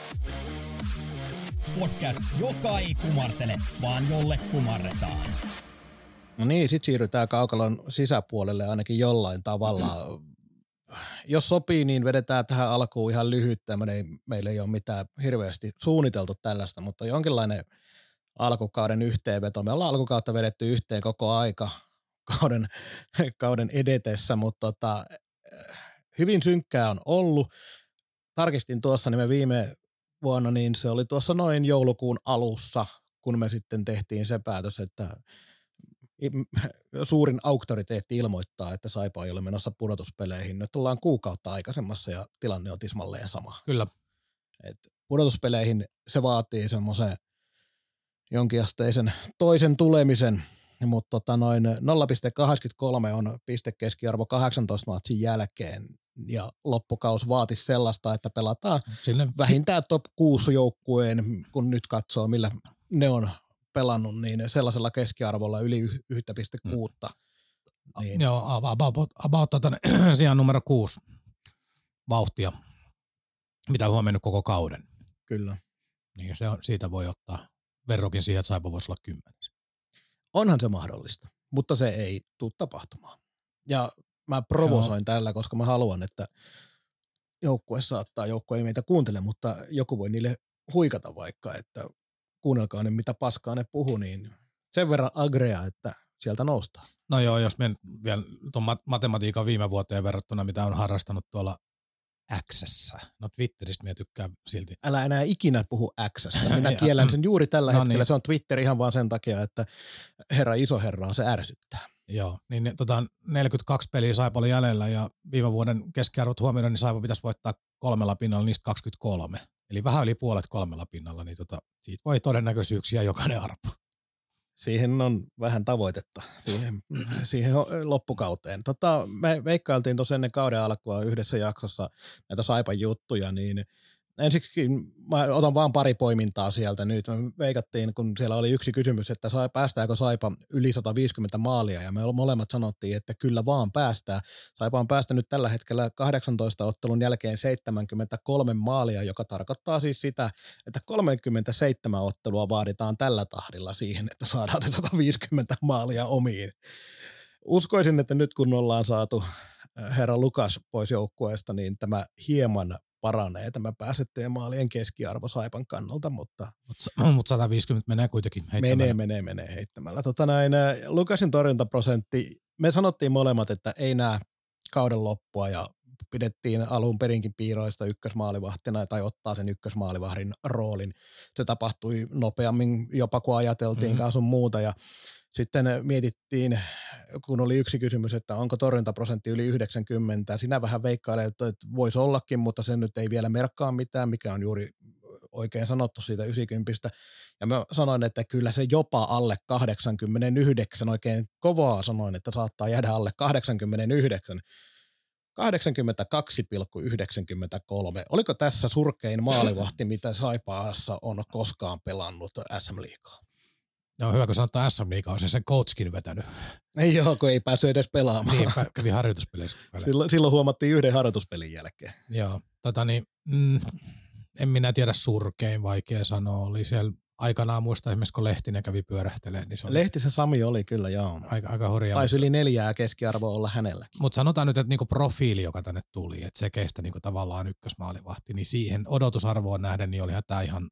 Podcast, joka ei kumartele, vaan jolle kumarretaan. No niin, sitten siirrytään kaukalon sisäpuolelle ainakin jollain tavalla. Jos sopii, niin vedetään tähän alkuun ihan lyhyt tämmöinen, meillä ei ole mitään hirveästi suunniteltu tällaista, mutta jonkinlainen alkukauden yhteenveto. Me ollaan alkukautta vedetty yhteen koko aika kauden edetessä, mutta hyvin synkkää on ollut. Tarkistin tuossa, niin me viime vuonna, niin se oli tuossa noin joulukuun alussa, kun me sitten tehtiin se päätös, että suurin auktoriteetti ilmoittaa, että Saipa ei ole menossa pudotuspeleihin. Nyt ollaan kuukautta aikaisemmassa ja tilanne on tismalleen sama. Kyllä. Et pudotuspeleihin se vaatii semmoisen jonkinasteisen toisen tulemisen, mutta noin 0,83 on pistekeskiarvo 18 matsin jälkeen ja loppukaus vaatisi sellaista, että pelataan vähintään top 6 joukkueen, kun nyt katsoo millä ne on pelannut, niin sellaisella keskiarvolla yli 1,6. Niin. Joo, about sijaan numero 6 vauhtia, mitä on mennyt koko kauden. Kyllä. Niin siitä voi ottaa verrokin siihen, että Saipa voisi olla 10. Onhan se mahdollista, mutta se ei tule tapahtumaan. Ja mä provosoin tällä, koska mä haluan, että joukkue ei meitä kuuntele, mutta joku voi niille huikata vaikka, että kuunnelkaa ne mitä paskaa ne puhuu, niin sen verran agrea, että sieltä noustaan. No joo, jos me vielä tuon matematiikan viime vuoteen verrattuna, mitä on harrastanut tuolla X:ssä. No Twitteristä minä tykkään silti. Älä enää ikinä puhu X:stä. Minä kiellän sen juuri tällä hetkellä. Niin. Se on Twitter ihan vaan sen takia, että isoherraa se ärsyttää. Joo, niin 42 peliä Saipa oli jäljellä ja viime vuoden keskiarvot huomioiden, niin Saipa pitäisi voittaa 3 pinnalla, niistä 23. Eli vähän yli puolet 3 pinnalla, niin siitä voi todennäköisyyksiä jokainen arpo. Siihen on vähän tavoitetta, siihen loppukauteen. Me veikkailtiin tuossa ennen kauden alkua yhdessä jaksossa näitä Saipan juttuja, niin ensiksi mä otan vaan pari poimintaa sieltä nyt. Me veikattiin, kun siellä oli yksi kysymys, että päästääkö Saipa yli 150 maalia, ja me molemmat sanottiin, että kyllä vaan päästään. Saipa on päästänyt tällä hetkellä 18 ottelun jälkeen 73 maalia, joka tarkoittaa siis sitä, että 37 ottelua vaaditaan tällä tahdilla siihen, että saadaan 150 maalia omiin. Uskoisin, että nyt kun ollaan saatu herra Lukas pois joukkueesta, niin tämä hieman paranee tämä päästettyjen maalien keskiarvo Saipan kannalta, mutta 150 menee kuitenkin heittämällä. Menee heittämällä. Lukasin torjuntaprosentti, me sanottiin molemmat, että ei näe kauden loppua ja pidettiin alun perinkin piiroista ykkösmaalivahtina tai ottaa sen ykkösmaalivahdin roolin. Se tapahtui nopeammin jopa kuin ajateltiinkaan sun muuta ja sitten mietittiin, kun oli yksi kysymys, että onko torjuntaprosentti yli 90. Sinä vähän veikkailet, että voisi ollakin, mutta se nyt ei vielä merkkaa mitään, mikä on juuri oikein sanottu siitä 90. Ja mä sanoin, että kyllä se jopa alle 89, oikein kovaa sanoin, että saattaa jäädä alle 89. 82,93. Oliko tässä surkein maalivahti, mitä Saipaassa on koskaan pelannut SM-liigaa? No hyvä, kun sanotaan SM-liiga, on sen coachkin vetänyt. Ei joo, kun ei päässyt edes pelaamaan. Niin, kävi harjoituspeleissä. Silloin huomattiin yhden harjoituspelin jälkeen. Joo, en minä tiedä surkein, vaikea sanoa. Oli siellä aikanaan muista esimerkiksi, kun Lehtinen kävi pyörähtelemään. Niin Lehtisen Sami oli kyllä, joo. Aika hurjaa. Taisi yli 4 keskiarvoa olla hänelläkin. Mutta sanotaan nyt, että niinku profiili, joka tänne tuli, että se keistä niinku tavallaan ykkösmaalivahti, niin siihen odotusarvoon nähden niin olihan tämä ihan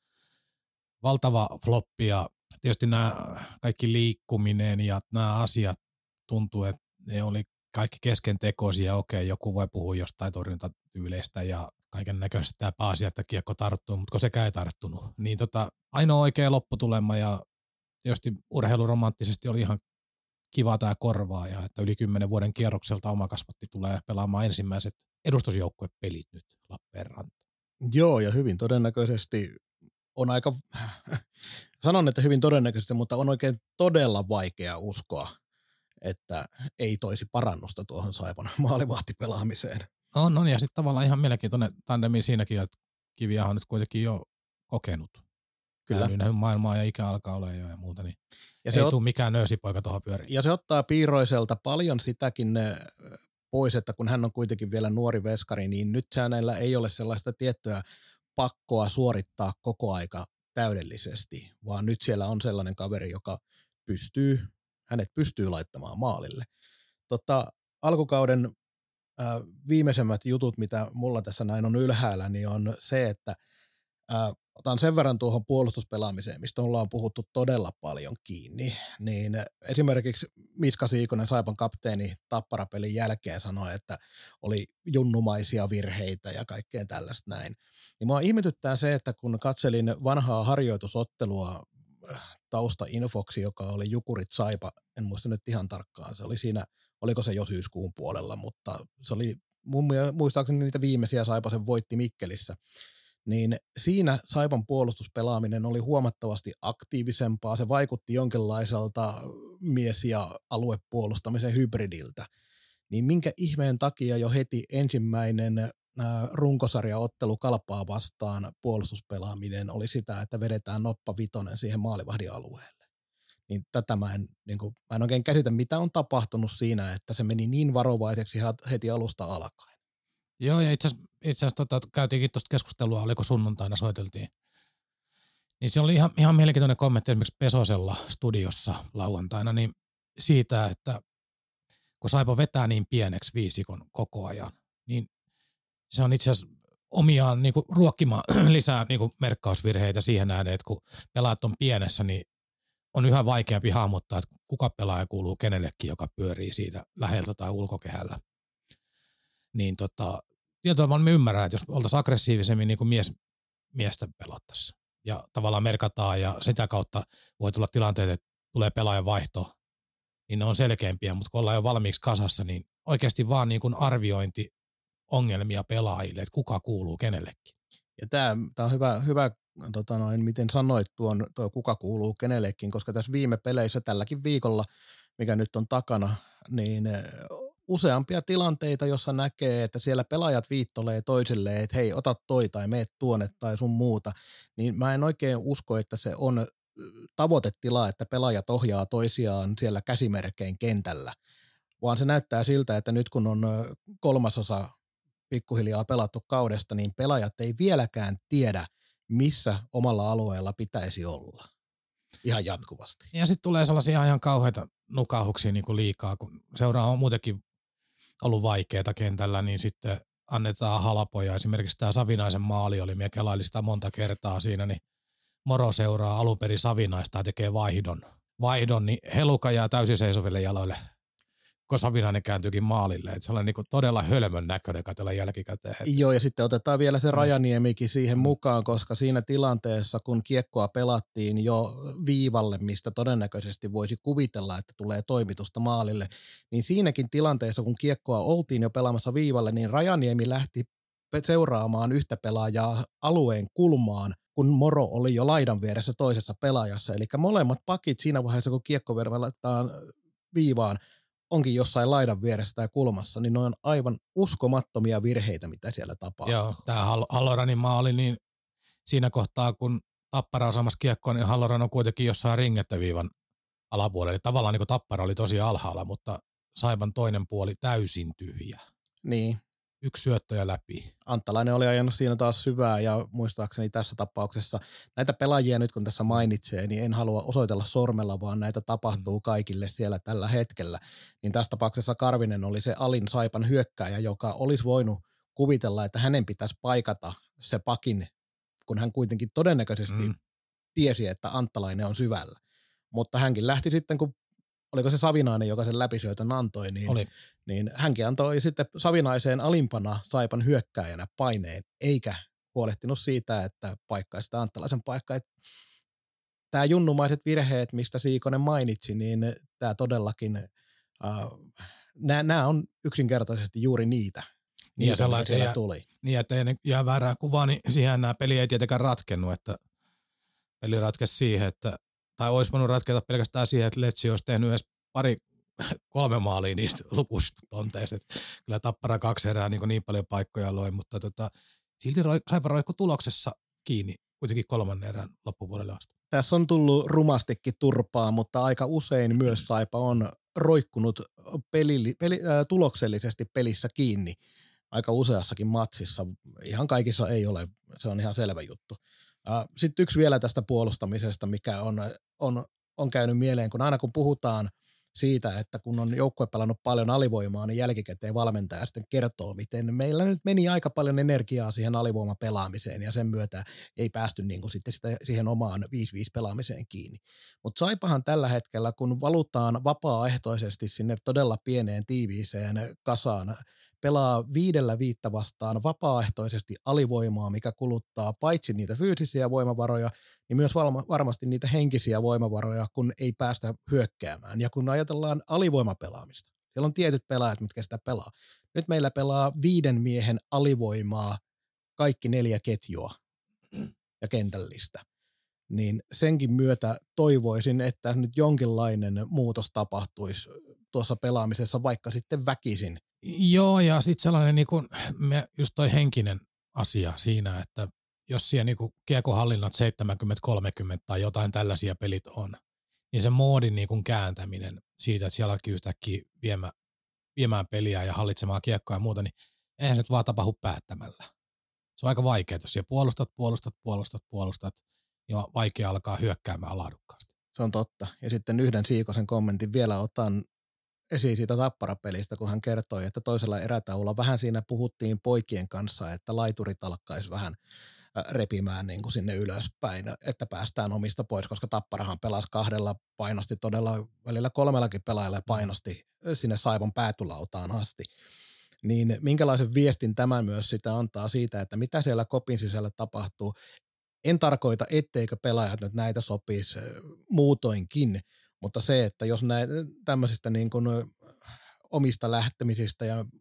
valtava floppi ja tietysti nämä kaikki liikkuminen ja nämä asiat tuntuu, että ne oli kaikki keskentekoisia. Okei, joku voi puhua jostain torjuntatyyleistä ja kaiken näköistä tämä pääasia, että kiekko tarttuu, mutta kun sekään ei tarttunut. Niin ainoa oikea lopputulema ja tietysti urheiluromanttisesti oli ihan kiva tämä korvaaja, että yli 10 vuoden kierrokselta oma kasvatti tulee pelaamaan ensimmäiset edustusjoukkuepelit nyt Lappeenrantaan. Joo, ja hyvin todennäköisesti on aika, sanon, että hyvin todennäköisesti, mutta on oikein todella vaikea uskoa, että ei toisi parannusta tuohon Saipan maalivahtipelaamiseen. On, ja sitten tavallaan ihan mielenkiintoinen tandemi siinäkin, että Kiviahan on nyt kuitenkin jo kokenut. Kyllä. Nähnyt maailmaa ja ikä alkaa olla jo ja muuta, niin ja ei tule mikään nöösipoika tuohon pyöriin. Ja se ottaa Piiroiselta paljon sitäkin pois, että kun hän on kuitenkin vielä nuori veskari, niin nyt hänellä ei ole sellaista tiettyä pakkoa suorittaa koko aika täydellisesti, vaan nyt siellä on sellainen kaveri, joka hänet pystyy laittamaan maalille. Alkukauden viimeisemmät jutut, mitä mulla tässä näin on ylhäällä, niin on se, että otan sen verran tuohon puolustuspelaamiseen, mistä ollaan puhuttu todella paljon kiinni, niin esimerkiksi Miska Siikonen, Saipan kapteeni, Tappara-pelin jälkeen sanoi, että oli junnumaisia virheitä ja kaikkea tällaista näin. Niin mua ihmetyttää se, että kun katselin vanhaa harjoitusottelua taustainfoksi, joka oli Jukurit Saipa, en muista nyt ihan tarkkaan, se oli siinä, oliko se jo syyskuun puolella, mutta se oli muistaakseni niitä viimeisiä Saipasen voitti Mikkelissä. Niin siinä Saipan puolustuspelaaminen oli huomattavasti aktiivisempaa. Se vaikutti jonkinlaiselta mies- ja aluepuolustamisen hybridiltä. Niin minkä ihmeen takia jo heti ensimmäinen runkosarjaottelu Kalpaa vastaan puolustuspelaaminen oli sitä, että vedetään noppa vitonen siihen maalivahdin alueelle. Niin tätä mä en oikein käsitä, mitä on tapahtunut siinä, että se meni niin varovaiseksi heti alusta alkaen. Joo, ja itse asiassa käytiinkin tuosta keskustelua, oliko sunnuntaina soiteltiin. Niin se oli ihan mielenkiintoinen kommentti esimerkiksi Pesosella studiossa lauantaina, niin siitä, että kun Saipa vetää niin pieneksi viisikon koko ajan, niin se on itse asiassa omiaan niin kuin ruokkimaan lisää niin kuin merkkausvirheitä siihen nähden, että kun pelaat on pienessä, niin on yhä vaikeampi hahmottaa, että kuka pelaaja kuuluu kenellekin, joka pyörii siitä läheltä tai ulkokehällä. Niin tietyllä tavalla me ymmärrän, että jos oltaisiin aggressiivisemmin niin kuin miestä pelattaessa ja tavallaan merkataan ja sitä kautta voi tulla tilanteet, että tulee pelaajan vaihto, niin ne on selkeämpiä, mutta kun ollaan jo valmiiksi kasassa, niin oikeasti vaan niin kuin arviointi ongelmia pelaajille, että kuka kuuluu kenellekin. Ja tämä on hyvä miten sanoit tuo kuka kuuluu kenellekin, koska tässä viime peleissä tälläkin viikolla, mikä nyt on takana, niin useampia tilanteita, jossa näkee, että siellä pelaajat viittolee toisilleen, että hei, ota toi tai meet tuonne tai sun muuta, niin mä en oikein usko, että se on tavoitetila, että pelaajat ohjaa toisiaan siellä käsimerkein kentällä, vaan se näyttää siltä, että nyt kun on kolmasosa pikkuhiljaa pelattu kaudesta, niin pelaajat ei vieläkään tiedä, missä omalla alueella pitäisi olla ihan jatkuvasti. Ja sitten tulee sellaisia ihan kauheita nukahuksia niin kuin liikaa, kun seuraa on muutenkin ollut vaikeaa kentällä, niin sitten annetaan halpoja. Esimerkiksi tämä Savinaisen maali oli, minä kelailin sitä monta kertaa siinä, niin Moro seuraa alun perin Savinaista ja tekee vaihdon, niin Heluka jää täysin seisoville jaloille, kun Savinainen kääntyykin maalille. Että sellainen niin todella hölmön näköinen katsella jälkikäteen. Joo, ja sitten otetaan vielä se Rajaniemikin siihen mukaan, koska siinä tilanteessa, kun kiekkoa pelattiin jo viivalle, mistä todennäköisesti voisi kuvitella, että tulee toimitusta maalille, niin siinäkin tilanteessa, kun kiekkoa oltiin jo pelaamassa viivalle, niin Rajaniemi lähti seuraamaan yhtä pelaajaa alueen kulmaan, kun Moro oli jo laidan vieressä toisessa pelaajassa. Eli molemmat pakit siinä vaiheessa, kun kiekko verrataan viivaan, onkin jossain laidan vieressä tai kulmassa, niin ne on aivan uskomattomia virheitä, mitä siellä tapahtuu. Joo, tämä Halloranin maali, niin siinä kohtaa, kun Tappara on saamassa kiekkoa, niin Halloran on kuitenkin jossain ringettäviivan alapuolella. Eli tavallaan niin kuin Tappara oli tosi alhaalla, mutta Saipan toinen puoli täysin tyhjä. Niin. Yksi syöttö ja läpi. Anttalainen oli ajanut siinä taas syvää ja muistaakseni tässä tapauksessa näitä pelaajia nyt kun tässä mainitsee, niin en halua osoitella sormella, vaan näitä tapahtuu kaikille siellä tällä hetkellä. Niin tässä tapauksessa Karvinen oli se alin Saipan hyökkääjä, joka olisi voinut kuvitella, että hänen pitäisi paikata se pakin, kun hän kuitenkin todennäköisesti tiesi, että Anttalainen on syvällä. Mutta hänkin lähti sitten, kun oliko se Savinainen, joka sen läpisyötön antoi, niin hänkin antoi sitten Savinaiseen alimpana Saipan hyökkääjänä paineen, eikä huolehtinut siitä, että paikkaisi sitä Anttalaisen paikkaa. Tämä junnumaiset virheet, mistä Siikonen mainitsi, niin tämä todellakin, nämä on yksinkertaisesti juuri niitä. Niin ja siellä tuli. Niin, että ei jää väärää kuvaa, niin siihen nämä peli ei tietenkään ratkennut, että peli ratkesi siihen, että tai olisi voinut ratketa pelkästään siihen, että Letsi olisi tehnyt edes 2-3 maalia niistä lukuisista tonteista. Kyllä Tappara 2 erää niin paljon paikkoja loi, mutta silti Saipa roikku tuloksessa kiinni kuitenkin 3. erän loppupuolelle asti. Tässä on tullut rumastikin turpaa, mutta aika usein myös Saipa on roikkunut tuloksellisesti pelissä kiinni aika useassakin matsissa. Ihan kaikissa ei ole, se on ihan selvä juttu. Sitten yksi vielä tästä puolustamisesta, mikä on käynyt mieleen, kun aina kun puhutaan siitä, että kun on joukkue pelannut paljon alivoimaa, niin jälkikäteen valmentaja sitten kertoo, miten meillä nyt meni aika paljon energiaa siihen alivoimapelaamiseen ja sen myötä ei päästy niin kuin sitten siihen omaan 5-5 pelaamiseen kiinni. Mutta Saipahan tällä hetkellä, kun valutaan vapaaehtoisesti sinne todella pieneen tiiviiseen kasaan, pelaa 5-5 vastaan vapaaehtoisesti alivoimaa, mikä kuluttaa paitsi niitä fyysisiä voimavaroja, niin myös varmasti niitä henkisiä voimavaroja, kun ei päästä hyökkäämään. Ja kun ajatellaan alivoimapelaamista, siellä on tietyt pelaajat, mitkä sitä pelaa. Nyt meillä pelaa 5 miehen alivoimaa kaikki 4 ketjua ja kentällistä. Niin senkin myötä toivoisin, että nyt jonkinlainen muutos tapahtuisi tuossa pelaamisessa, vaikka sitten väkisin. Joo, ja sitten sellainen just toi henkinen asia siinä, että jos siellä kiekohallinnat 70-30 tai jotain tällaisia pelit on, niin se moodin kääntäminen siitä, että siellä alkaa yhtäkkiä viemään peliä ja hallitsemaan kiekkoa ja muuta, niin eihän se nyt vaan tapahdu päättämällä. Se on aika vaikeaa, jos siellä puolustat, niin on vaikea alkaa hyökkäämään laadukkaasti. Se on totta. Ja sitten yhden Siikosen kommentin vielä otan esiin siitä Tappara-pelistä, kun hän kertoi, että toisella erätaululla vähän siinä puhuttiin poikien kanssa, että laiturit alkaisi vähän repimään niin kuin sinne ylöspäin, että päästään omista pois, koska Tapparahan pelasi 2 painosti todella välillä 3 pelaajalla painosti sinne Saipan päätulautaan asti. Niin minkälaisen viestin tämä myös sitä antaa siitä, että mitä siellä kopin sisällä tapahtuu. En tarkoita, etteikö pelaajat nyt näitä sopisi muutoinkin, mutta se, että jos tämmöisistä niin kuin omista lähtemisistä ja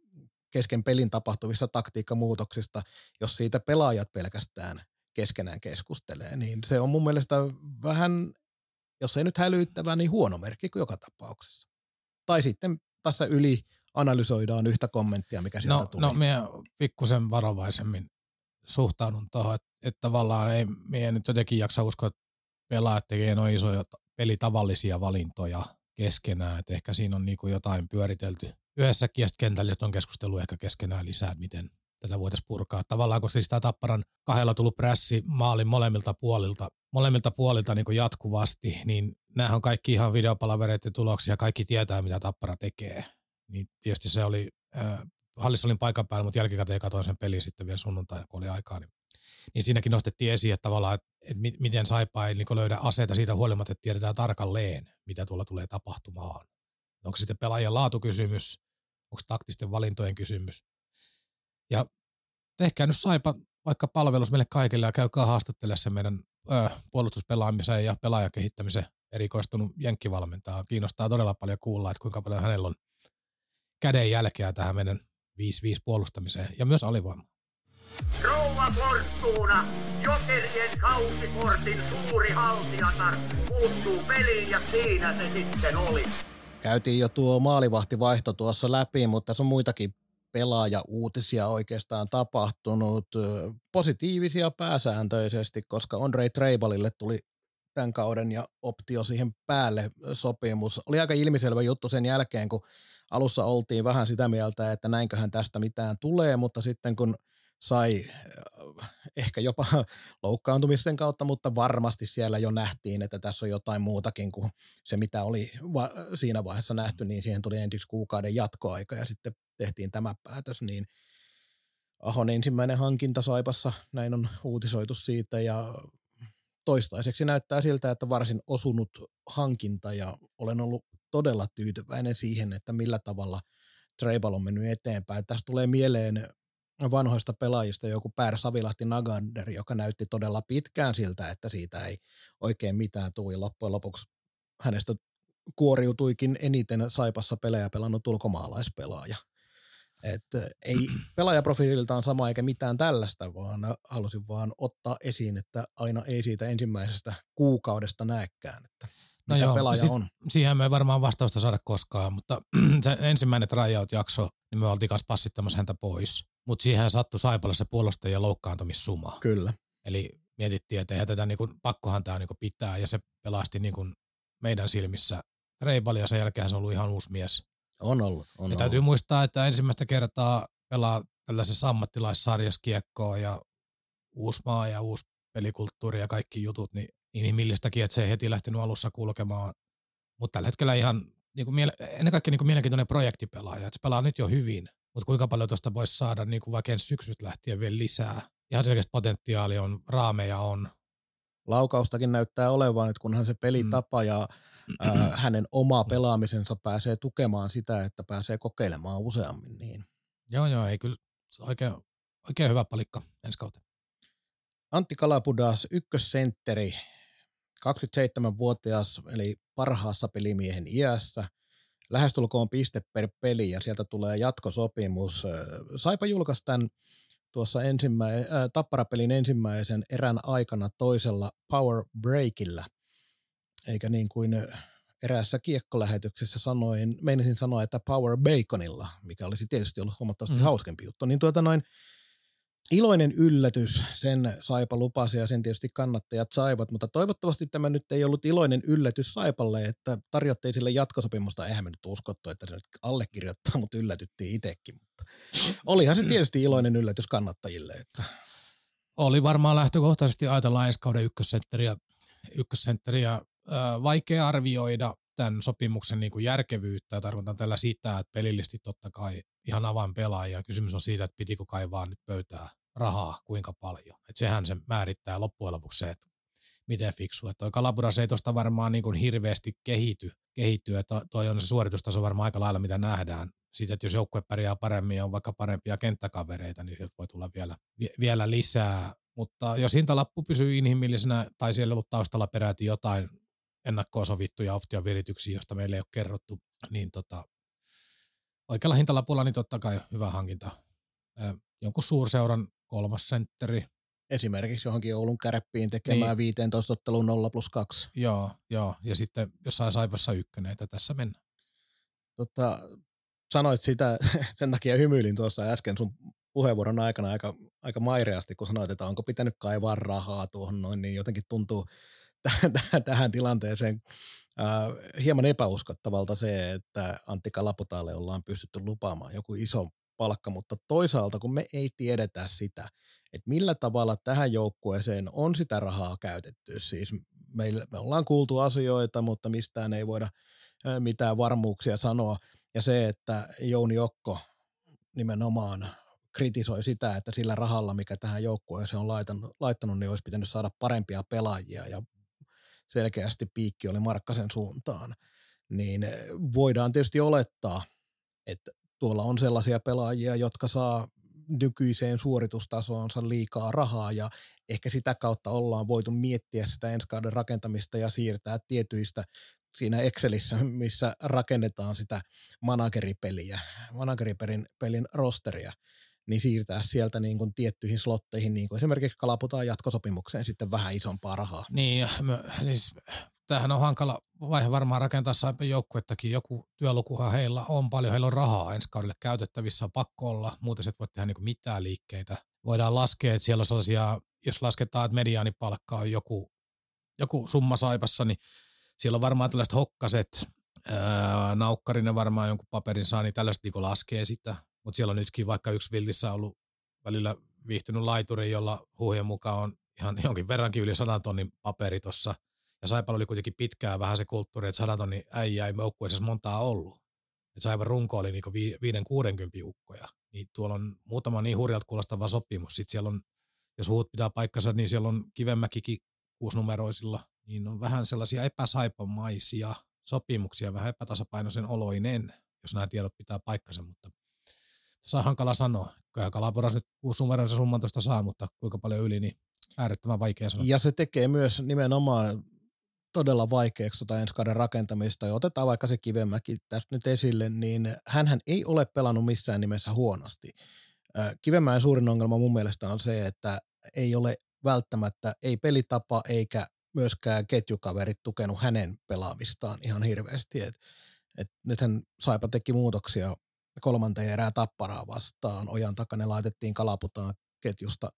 kesken pelin tapahtuvista taktiikkamuutoksista, jos siitä pelaajat pelkästään keskenään keskustelee, niin se on mun mielestä vähän, jos ei nyt hälyttävää, niin huono merkki kuin joka tapauksessa. Tai sitten tässä yli analysoidaan yhtä kommenttia, mikä sieltä tuli. No minä pikkusen varovaisemmin suhtaudun tuohon, että tavallaan ei meidän nyt jotenkin jaksa uskoa, että pelaajat tekee noin isoja pelitavallisia valintoja keskenään, että ehkä siinä on niinku jotain pyöritelty yhdessäkin, ja sitten kentällä on keskustelu ehkä keskenään lisää, että miten tätä voitaisiin purkaa. Tavallaan kun siis tämä Tapparan kahdella tullut prässi maalin molemmilta puolilta niin kuin jatkuvasti, niin näähän on kaikki ihan videopalavereiden tuloksia, kaikki tietää, mitä Tappara tekee. Niin tietysti se oli, hallissa olin paikan päällä, mutta jälkikäteen katsoin sen pelin sitten vielä sunnuntaina, kun oli aikaa, niin siinäkin nostettiin esiin, että tavallaan, että miten Saipa ei niin löydä aseita siitä huolimatta, että tiedetään tarkalleen, mitä tuolla tulee tapahtumaan. Onko sitten pelaajien laatukysymys, onko taktisten valintojen kysymys. Ja tehkää nyt Saipa vaikka palvelus meille kaikille ja käykää haastattelemaan se meidän puolustuspelaamiseen ja pelaajakehittämiseen erikoistunut jenkkivalmentaja. Kiinnostaa todella paljon kuulla, että kuinka paljon hänellä on kädenjälkeä tähän meidän 5-5 puolustamiseen ja myös alivoimaan. Rouva Fortuna, Jokerien kausikortin suuri haltijatar, puuttuu peliin ja siinä se sitten oli. Käytiin jo tuo maalivahtivaihto tuossa läpi, mutta tässä on muitakin pelaaja-uutisia oikeastaan tapahtunut. Positiivisia pääsääntöisesti, koska Ondrej Treibalille tuli tämän kauden ja optio siihen päälle sopimus. Oli aika ilmiselvä juttu sen jälkeen, kun alussa oltiin vähän sitä mieltä, että näinköhän tästä mitään tulee, mutta sitten kun sai ehkä jopa loukkaantumisen kautta, mutta varmasti siellä jo nähtiin, että tässä on jotain muutakin kuin se, mitä oli siinä vaiheessa nähty, niin siihen tuli ensiksi kuukauden jatkoaika ja sitten tehtiin tämä päätös, niin Ahon ensimmäinen hankinta Saipassa, näin on uutisoitu siitä ja toistaiseksi näyttää siltä, että varsin osunut hankinta ja olen ollut todella tyytyväinen siihen, että millä tavalla Treibal on mennyt eteenpäin. Tästä tulee mieleen vanhoista pelaajista joku Per Savilahti Nagander, joka näytti todella pitkään siltä, että siitä ei oikein mitään tule. Loppujen lopuksi hänestä kuoriutuikin eniten Saipassa pelejä pelannut ulkomaalaispelaaja. Että ei pelaajaprofiililtaan sama eikä mitään tällaista, vaan halusin vaan ottaa esiin, että aina ei siitä ensimmäisestä kuukaudesta näekään, että mitä pelaaja on. Siihen me ei varmaan vastausta saada koskaan, mutta se ensimmäinen tryout-jakso, niin me oltiin kanssa passittamassa häntä pois. Mutta siihen sattui Saipalle se puolustajien loukkaantumissuma. Kyllä. Eli mietittiin, että eihän tätä niinku, pakkohan tämä niinku pitää, ja se pelasti niinku meidän silmissä Treibalia, ja sen jälkeen se on ollut ihan uusi mies. On ollut. Täytyy muistaa, että ensimmäistä kertaa pelaa tällaisessa ammattilaissarjassa kiekkoa ja uusi maa ja uusi pelikulttuuri ja kaikki jutut, niin inhimillistäkin, että se ei heti lähtenyt alussa kulkemaan. Mutta tällä hetkellä ihan ennen kaikkea mielenkiintoinen projektipelaaja, että se pelaa nyt jo hyvin, mutta kuinka paljon tuosta voisi saada vaikka ensi syksyt lähtien vielä lisää. Ihan selkeästi potentiaali on, raameja on. Laukaustakin näyttää olevan, että kunhan se pelitapa ja hänen oma pelaamisensa pääsee tukemaan sitä, että pääsee kokeilemaan useammin. Niin. Joo, ei kyllä oikein hyvä palikka ensi kautta. Antti Kalapudas, ykkössentteri, 27-vuotias, eli parhaassa pelimiehen iässä, lähestulkoon piste per peli ja sieltä tulee jatkosopimus. Saipa julkaisi tämän tuossa Tapparapelin ensimmäisen erän aikana toisella power breakillä, eikä niin kuin eräässä kiekkolähetyksessä meinasin sanoa, että power baconilla, mikä olisi tietysti ollut huomattavasti hauskempi juttu, niin iloinen yllätys, sen Saipa lupasi ja sen tietysti kannattajat saivat, mutta toivottavasti tämä nyt ei ollut iloinen yllätys Saipalle, että tarjottiin sille jatkosopimusta, eihän me nyt uskottu, että se nyt allekirjoittaa, mutta yllätyttiin itsekin, mutta olihan se tietysti iloinen yllätys kannattajille. Että. Oli varmaan lähtökohtaisesti ajatellaan ensi kauden ykkössentteriä, vaikea arvioida tämän sopimuksen niin kuin järkevyyttä, ja tarkoitan tällä sitä, että pelillisesti totta kai ihan avainpelaaja. Kysymys on siitä, että pitikö kaivaa nyt pöytää rahaa, kuinka paljon. Että sehän se määrittää loppujen lopuksi se, että miten fiksu. Että toi Kalapudas ei tuosta varmaan niin kuin hirveästi kehity, että toi on se suoritustaso varmaan aika lailla, mitä nähdään. Siitä, että jos joukkue pärjää paremmin ja on vaikka parempia kenttäkavereita, niin sieltä voi tulla vielä lisää. Mutta jos hintalappu pysyy inhimillisenä tai siellä on ollut taustalla peräti jotain ennakkoon sovittuja optiovirityksiä, josta meille ei ole kerrottu, niin Oikealla hintalapulla niin totta kai hyvä hankinta. Jonkun suurseuran 3. sentteri. Esimerkiksi johonkin Oulun Kärppiin tekemään niin. 15 otteluun 0+2. Joo, ja sitten jossain Saipassa 1, että tässä mennään. Sanoit sitä, sen takia hymyilin tuossa äsken sun puheenvuoron aikana aika maireasti, kun sanoit, että onko pitänyt kaivaa rahaa tuohon noin, niin jotenkin tuntuu tähän tilanteeseen hieman epäuskottavalta se, että Antti Kalaputalle ollaan pystytty lupaamaan joku iso palkka, mutta toisaalta kun me ei tiedetä sitä, että millä tavalla tähän joukkueeseen on sitä rahaa käytetty, siis me ollaan kuultu asioita, mutta mistään ei voida mitään varmuuksia sanoa, ja se, että Jouni Jokko nimenomaan kritisoi sitä, että sillä rahalla, mikä tähän joukkueeseen on laittanut, niin olisi pitänyt saada parempia pelaajia, ja selkeästi piikki oli Markkasen suuntaan, niin voidaan tietysti olettaa, että tuolla on sellaisia pelaajia, jotka saa nykyiseen suoritustasoonsa liikaa rahaa, ja ehkä sitä kautta ollaan voitu miettiä sitä ensi kauden rakentamista ja siirtää tietyistä siinä Excelissä, missä rakennetaan sitä manageripelin rosteria, niin siirtää sieltä niin kuin tiettyihin slotteihin, niin kuin esimerkiksi Kalaputaan jatkosopimukseen sitten vähän isompaa rahaa. Niin, ja siis tämähän on hankala vaihe varmaan rakentaa Saipan joukkuettakin. Joku työlukuhan heillä on paljon, heillä on rahaa ensi kaudelle käytettävissä, on pakko olla, muuten et voi tehdä niin kuin mitään liikkeitä. Voidaan laskea, että siellä on sellaisia, jos lasketaan, että mediaanipalkka on joku summa Saipassa, niin siellä on varmaan tällaiset hokkaset, Naukkarinen varmaan jonkun paperin saa, niin tällaiset niin laskee sitä. Mutta siellä on nytkin vaikka yksi Viltissä ollut välillä viihtynyt laituri, jolla huuhien mukaan on ihan jonkin verrankin yli 100 tonnin paperi tuossa. Ja Saipalla oli kuitenkin pitkään vähän se kulttuuri, että 100 tonnin äijä ei joukkueessa montaa ollut. Et Saipan runko oli niinku 5-60 ukkoja. Niin tuolla on muutama niin hurjalta kuulostava sopimus. Sitten siellä on, jos huut pitää paikkansa, niin siellä on Kivenmäkikin 6-numeroisilla. Niin on vähän sellaisia epäsaipamaisia sopimuksia, vähän epätasapainoisen oloinen, jos nämä tiedot pitää paikkansa, mutta tässä on hankala sanoa. Kyllä Kalapuras nyt 6-numeroisen summan tuosta saa, mutta kuinka paljon yli, niin äärettömän vaikea sanoa. Ja se tekee myös nimenomaan todella vaikeaksi ensi kauden rakentamista. Ja otetaan vaikka se Kivenmäki tästä nyt esille, niin hänhän ei ole pelannut missään nimessä huonosti. Kivenmäen suurin ongelma mun mielestä on se, että ei ole välttämättä, ei pelitapa eikä myöskään ketjukaverit tukenut hänen pelaamistaan ihan hirveästi. Et nythän Saipa teki muutoksia 3. erää Tapparaa vastaan. Ojan takana laitettiin Kalaputaan ketjusta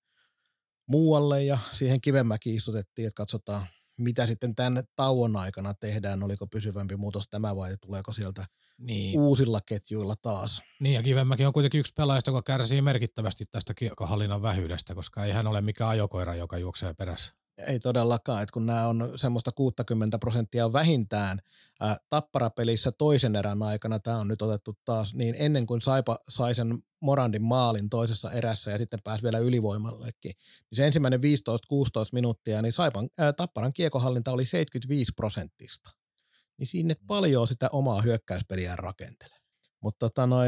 muualle ja siihen Kivenmäki istutettiin, että katsotaan mitä sitten tämän tauon aikana tehdään, oliko pysyvämpi muutos tämä vai tuleeko sieltä uusilla ketjuilla taas. Niin ja Kivenmäki on kuitenkin yksi pelaaja, joka kärsii merkittävästi tästä kiekkohallinnan vähyydestä, koska ei hän ole mikään ajokoira, joka juoksee perässä. Ei todellakaan, että kun nämä on semmoista 60% vähintään Tapparapelissä toisen erän aikana, tämä on nyt otettu taas, niin ennen kuin Saipa sai Morandin maalin toisessa erässä ja sitten pääsi vielä ylivoimallekin, niin se ensimmäinen 15-16 minuuttia, niin Tapparan kiekohallinta oli 75%. Niin siinä paljon sitä omaa hyökkäyspeliään rakentelee. Mutta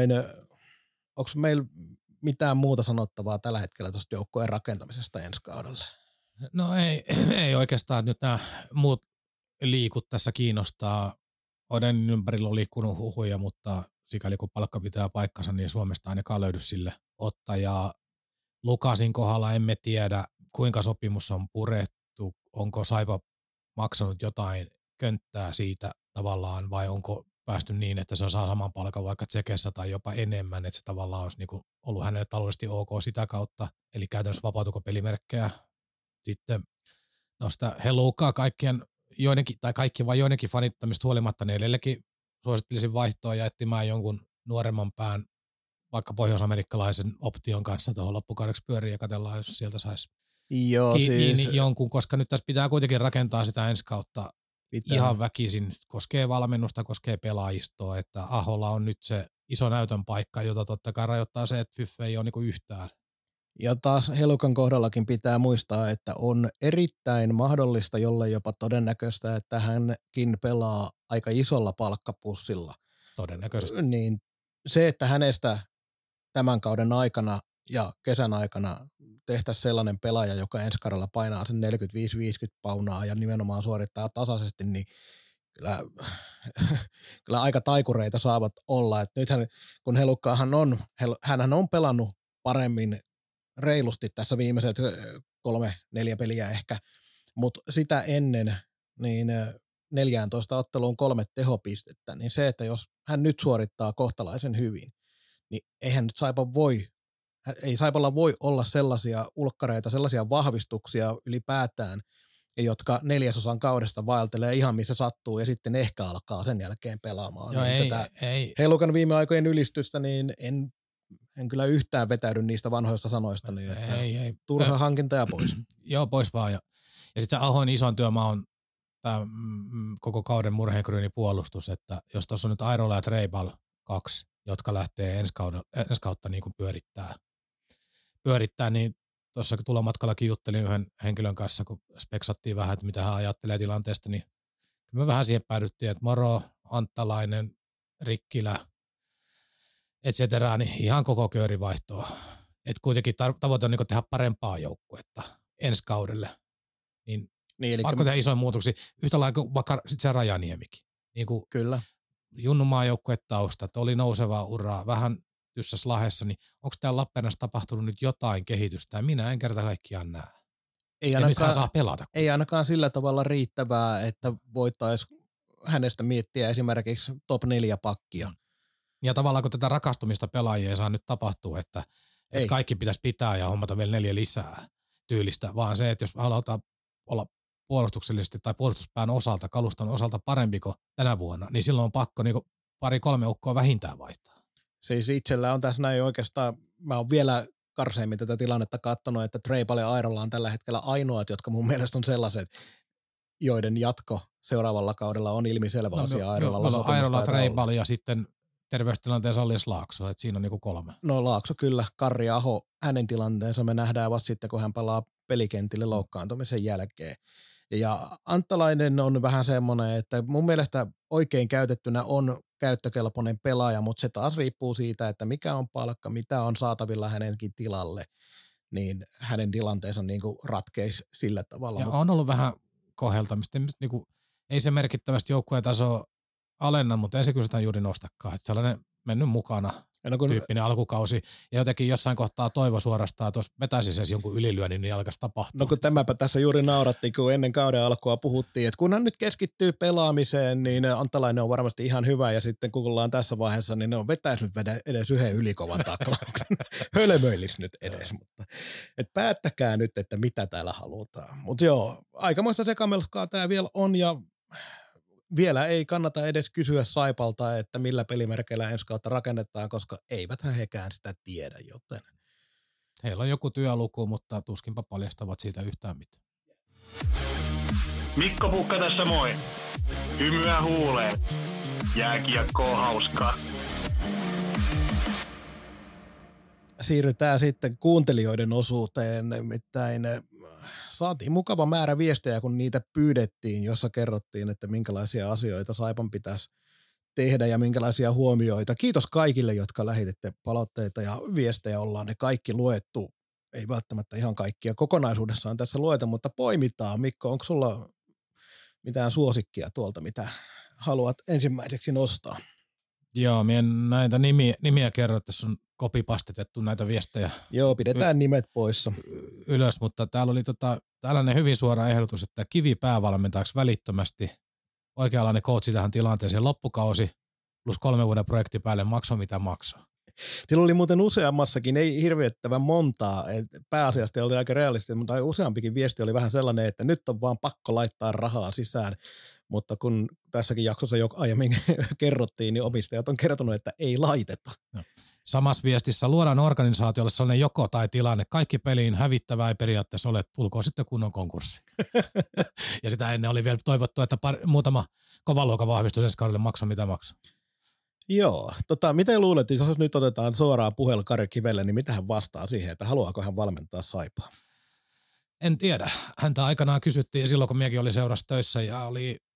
onko meillä mitään muuta sanottavaa tällä hetkellä tuosta joukkueen rakentamisesta ensi kaudella? No ei oikeastaan, nyt nämä muut liikut tässä kiinnostaa. Odenin ympärillä on liikkunut huhuja, mutta sikäli kun palkka pitää paikkansa, niin Suomesta ainakaan löydy sille ottajaa. Lukasin kohdalla emme tiedä, kuinka sopimus on purettu, onko Saipa maksanut jotain könttää siitä tavallaan, vai onko päästy niin, että se saa saman palkan vaikka tsekeissä tai jopa enemmän, että se tavallaan olisi niinku ollut hänelle taloudellisesti ok sitä kautta, eli käytännössä vapautuko pelimerkkejä. Sitten sitä heluukaa joidenkin fanittamista huolimatta, niin edellekin suosittelisin vaihtoa ja etsimään jonkun nuoremman pään vaikka pohjois-amerikkalaisen option kanssa tuohon loppukaudeksi pyöriin ja katsellaan, jos sieltä saisi kiinni jonkun, koska nyt tässä pitää kuitenkin rakentaa sitä ensi kautta ihan väkisin. Koskee valmennusta, koskee pelaajistoa, että Aholla on nyt se iso näytön paikka, jota totta kai rajoittaa se, että Fyffe ei ole niinku yhtään. Ja taas Helukan kohdallakin pitää muistaa, että on erittäin mahdollista, jollei jopa todennäköistä, että hänkin pelaa aika isolla palkkapussilla. Todennäköisesti. Niin se, että hänestä tämän kauden aikana ja kesän aikana tehtäisiin sellainen pelaaja, joka ensi kaudella painaa sen 45-50 paunaa ja nimenomaan suorittaa tasaisesti, niin kyllä aika taikureita saavat olla. Et nythän, kun hänhän on pelannut paremmin reilusti tässä viimeiset 3-4 peliä ehkä, mutta sitä ennen niin 14 otteluun 3 tehopistettä, niin se, että jos hän nyt suorittaa kohtalaisen hyvin, niin eihän nyt Saipalla voi olla sellaisia ulkkareita, sellaisia vahvistuksia ylipäätään, jotka 1/4 kaudesta vaeltelee ihan missä sattuu ja sitten ehkä alkaa sen jälkeen pelaamaan. Joo, niin ei. Heilukan viime aikojen ylistystä, niin en kyllä yhtään vetäydy niistä vanhoista sanoista, niin ei. Turha hankinta ja pois. Joo, pois vaan. Ja sitten se Ahoin ison työmaa on tämä koko kauden murheenkryyni puolustus, että jos tuossa on nyt Airola ja Treibal 2, jotka lähtee ensi kautta niin kuin pyörittää, niin tuossa tulomatkallakin juttelin yhden henkilön kanssa, kun speksattiin vähän, että mitä hän ajattelee tilanteesta, niin me vähän siihen päädyttiin, että Moro, Anttalainen, Rikkilä, et cetera, niin ihan koko kööri vaihtoa. Että kuitenkin tavoite on niin tehdä parempaa joukkuetta ensi kaudelle. Niin pakko tehdä isoja muutoksia. Yhtä lailla kuin vaikka sitten se Rajaniemikin. Niin kuin kyllä. Junnumaan joukkuetaustat, oli nousevaa uraa, vähän tyssäs Lahdessa, niin onko täällä Lappeenrannassa tapahtunut nyt jotain kehitystä? Ja minä en kerta kaikkiaan näe. Nythän saa pelata. Ei ainakaan sillä tavalla riittävää, että voitaisiin hänestä miettiä esimerkiksi top 4 pakkia. Ja tavallaan kun tätä rakastumista pelaajia ei saa nyt tapahtua, että kaikki pitäisi pitää ja hommata vielä 4 lisää tyylistä, vaan se, että jos halutaan olla puolustuksellisesti tai puolustuspään osalta, kaluston osalta parempi kuin tänä vuonna, niin silloin on pakko niin 2-3 ukkoa vähintään vaihtaa. Siis itsellä on tässä näin oikeastaan, mä oon vielä karseimmin tätä tilannetta katsonut, että Treibal ja Airola on tällä hetkellä ainoat, jotka mun mielestä on sellaiset, joiden jatko seuraavalla kaudella on ilmiselvä asia Airolalla. Airola, Treibal ja sitten terveystilanteessa olisi Laakso, että siinä on niinku 3. No Laakso kyllä, Karri Aho, hänen tilanteensa me nähdään vasta sitten, kun hän palaa pelikentille loukkaantumisen jälkeen. Ja Anttalainen on vähän semmoinen, että mun mielestä oikein käytettynä on käyttökelpoinen pelaaja, mutta se taas riippuu siitä, että mikä on palkka, mitä on saatavilla hänenkin tilalle, niin hänen tilanteensa niin kuin ratkeisi sillä tavalla. Ja on ollut vähän koheltamista, niin kuin, ei se merkittävästi joukkueen tasoa alenna, mutta ei se kyllä sitä juuri nostakaan, että sellainen mennyt mukana tyyppinen alkukausi, ja jotenkin jossain kohtaa toivo suorastaan, että jos vetäisi sen jonkun ylilyönnin, niin alkaisi tapahtua. No kun tämäpä tässä juuri naurattiin, kun ennen kauden alkua puhuttiin, että kunhan nyt keskittyy pelaamiseen, niin Anttalainen on varmasti ihan hyvä, ja sitten kun ollaan tässä vaiheessa, niin ne on vetäisi nyt edes yhden ylikovan taklauksen. Hölmöilisi nyt edes, mutta et päättäkää nyt, että mitä täällä halutaan. Mutta joo, aikamoista sekamelskaa tämä vielä on, ja vielä ei kannata edes kysyä Saipalta, että millä pelimerkeillä ensi kautta rakennetaan, koska eiväthän hekään sitä tiedä, joten. Heillä on joku työluku, mutta tuskinpa paljastavat siitä yhtään mitään. Mikko Pukka tässä moi. Hymyä huuleen. Jääkiekkoa hauskaa. Siirrytään sitten kuuntelijoiden osuuteen, nimittäin saatiin mukava määrä viestejä, kun niitä pyydettiin, jossa kerrottiin, että minkälaisia asioita Saipan pitäisi tehdä ja minkälaisia huomioita. Kiitos kaikille, jotka lähetitte palautteita ja viestejä, ollaan ne kaikki luettu. Ei välttämättä ihan kaikkia kokonaisuudessaan tässä lueta, mutta poimitaan. Mikko, onko sulla mitään suosikkia tuolta, mitä haluat ensimmäiseksi nostaa? Joo, minä näitä nimiä kerron, että tässä on kopipastetettu näitä viestejä. Joo, pidetään nimet poissa. Ylös, mutta täällä oli tällainen hyvin suora ehdotus, että Kivi päävalmentajaksi välittömästi, oikeanlainen coachi tähän tilanteeseen, loppukausi plus 3 vuoden projekti päälle, maksaa mitä maksaa. Sillä oli muuten useammassakin, ei hirveättävän montaa, pääasiasta oli aika realistinen, mutta useampikin viesti oli vähän sellainen, että nyt on vaan pakko laittaa rahaa sisään, mutta kun tässäkin jaksossa jo aiemmin kerrottiin, niin omistajat on kertonut, että ei laiteta. No. Samassa viestissä luodaan organisaatiolle sellainen joko tai tilanne, kaikki peliin hävittävää ei periaatteessa ole, tulkoon sitten kunnon konkurssi. Ja sitä ennen oli vielä toivottu, että muutama kovan luokan vahvistus ensi kaudelle maksaa mitä maksaa. Joo, miten luulet, jos nyt otetaan suoraan puhelu Kari Kivelle, niin mitä hän vastaa siihen, että haluaako hän valmentaa Saipaa? En tiedä. Häntä aikanaan kysyttiin silloin, kun minäkin olin seurassa töissä ja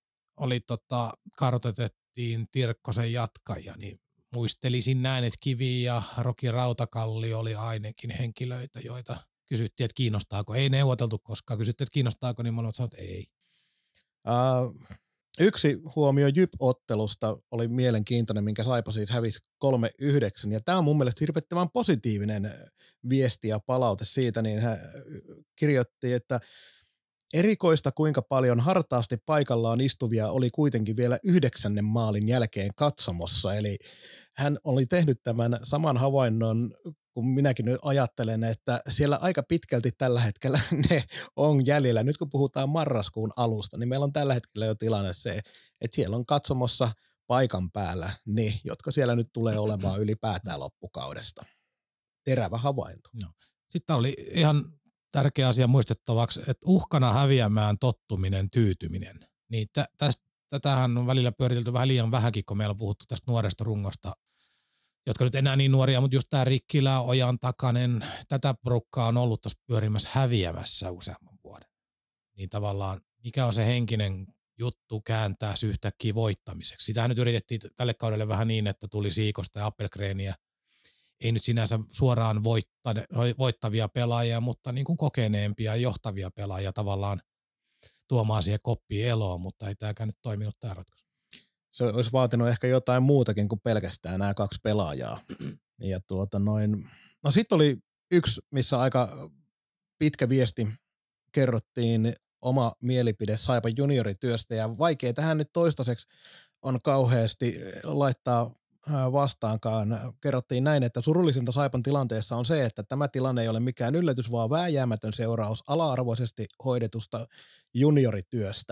kartoitettiin Tirkkosen jatkaja, niin muistelisin näin, että Kivi ja Roki Rautakalli oli ainakin henkilöitä, joita kysyttiin, että kiinnostaako. Ei neuvoteltu koskaan. Kysyttiin, että kiinnostaako, niin molemmat sanoivat, että ei. Yksi huomio Jyp-ottelusta oli mielenkiintoinen, minkä Saipa siis hävisi 3-9, ja tämä on mun mielestä hirvettävän positiivinen viesti ja palaute siitä, niin hän kirjoitti, että erikoista kuinka paljon hartaasti paikallaan istuvia oli kuitenkin vielä 9. maalin jälkeen katsomossa, eli hän oli tehnyt tämän saman havainnon, kun minäkin nyt ajattelen, että siellä aika pitkälti tällä hetkellä ne on jäljellä. Nyt kun puhutaan marraskuun alusta, niin meillä on tällä hetkellä jo tilanne se, että siellä on katsomossa paikan päällä ne, jotka siellä nyt tulee olemaan ylipäätään loppukaudesta. Terävä havainto. No. Sitten oli ihan tärkeä asia muistettavaksi, että uhkana häviämään tottuminen, tyytyminen. Niin tätähän on välillä pyöritelty vähän liian vähänkin, kun meillä on puhuttu tästä nuoresta rungosta, jotka nyt enää niin nuoria, mutta just tämä Rikkilä, Ojan Takanen, tätä porukkaa on ollut tuossa pyörimässä häviämässä useamman vuoden. Niin tavallaan, mikä on se henkinen juttu kääntää se yhtäkkiä voittamiseksi. Sitähän nyt yritettiin tälle kaudelle vähän niin, että tuli Siikosta ja Appelgreeniä. Ei nyt sinänsä suoraan voittavia pelaajia, mutta niin kuin kokeneempia ja johtavia pelaajia tavallaan tuomaan siihen koppiin eloon, mutta ei tämäkään nyt toiminut tämä ratkaisu. Se olisi vaatinut ehkä jotain muutakin kuin pelkästään nämä 2 pelaajaa. Ja no sitten oli yksi, missä aika pitkä viesti kerrottiin oma mielipide Saipan juniorityöstä, ja vaikea tähän nyt toistaiseksi on kauheasti laittaa vastaankaan. Kerrottiin näin, että surullisinta Saipan tilanteessa on se, että tämä tilanne ei ole mikään yllätys, vaan vääjäämätön seuraus ala-arvoisesti hoidetusta juniorityöstä.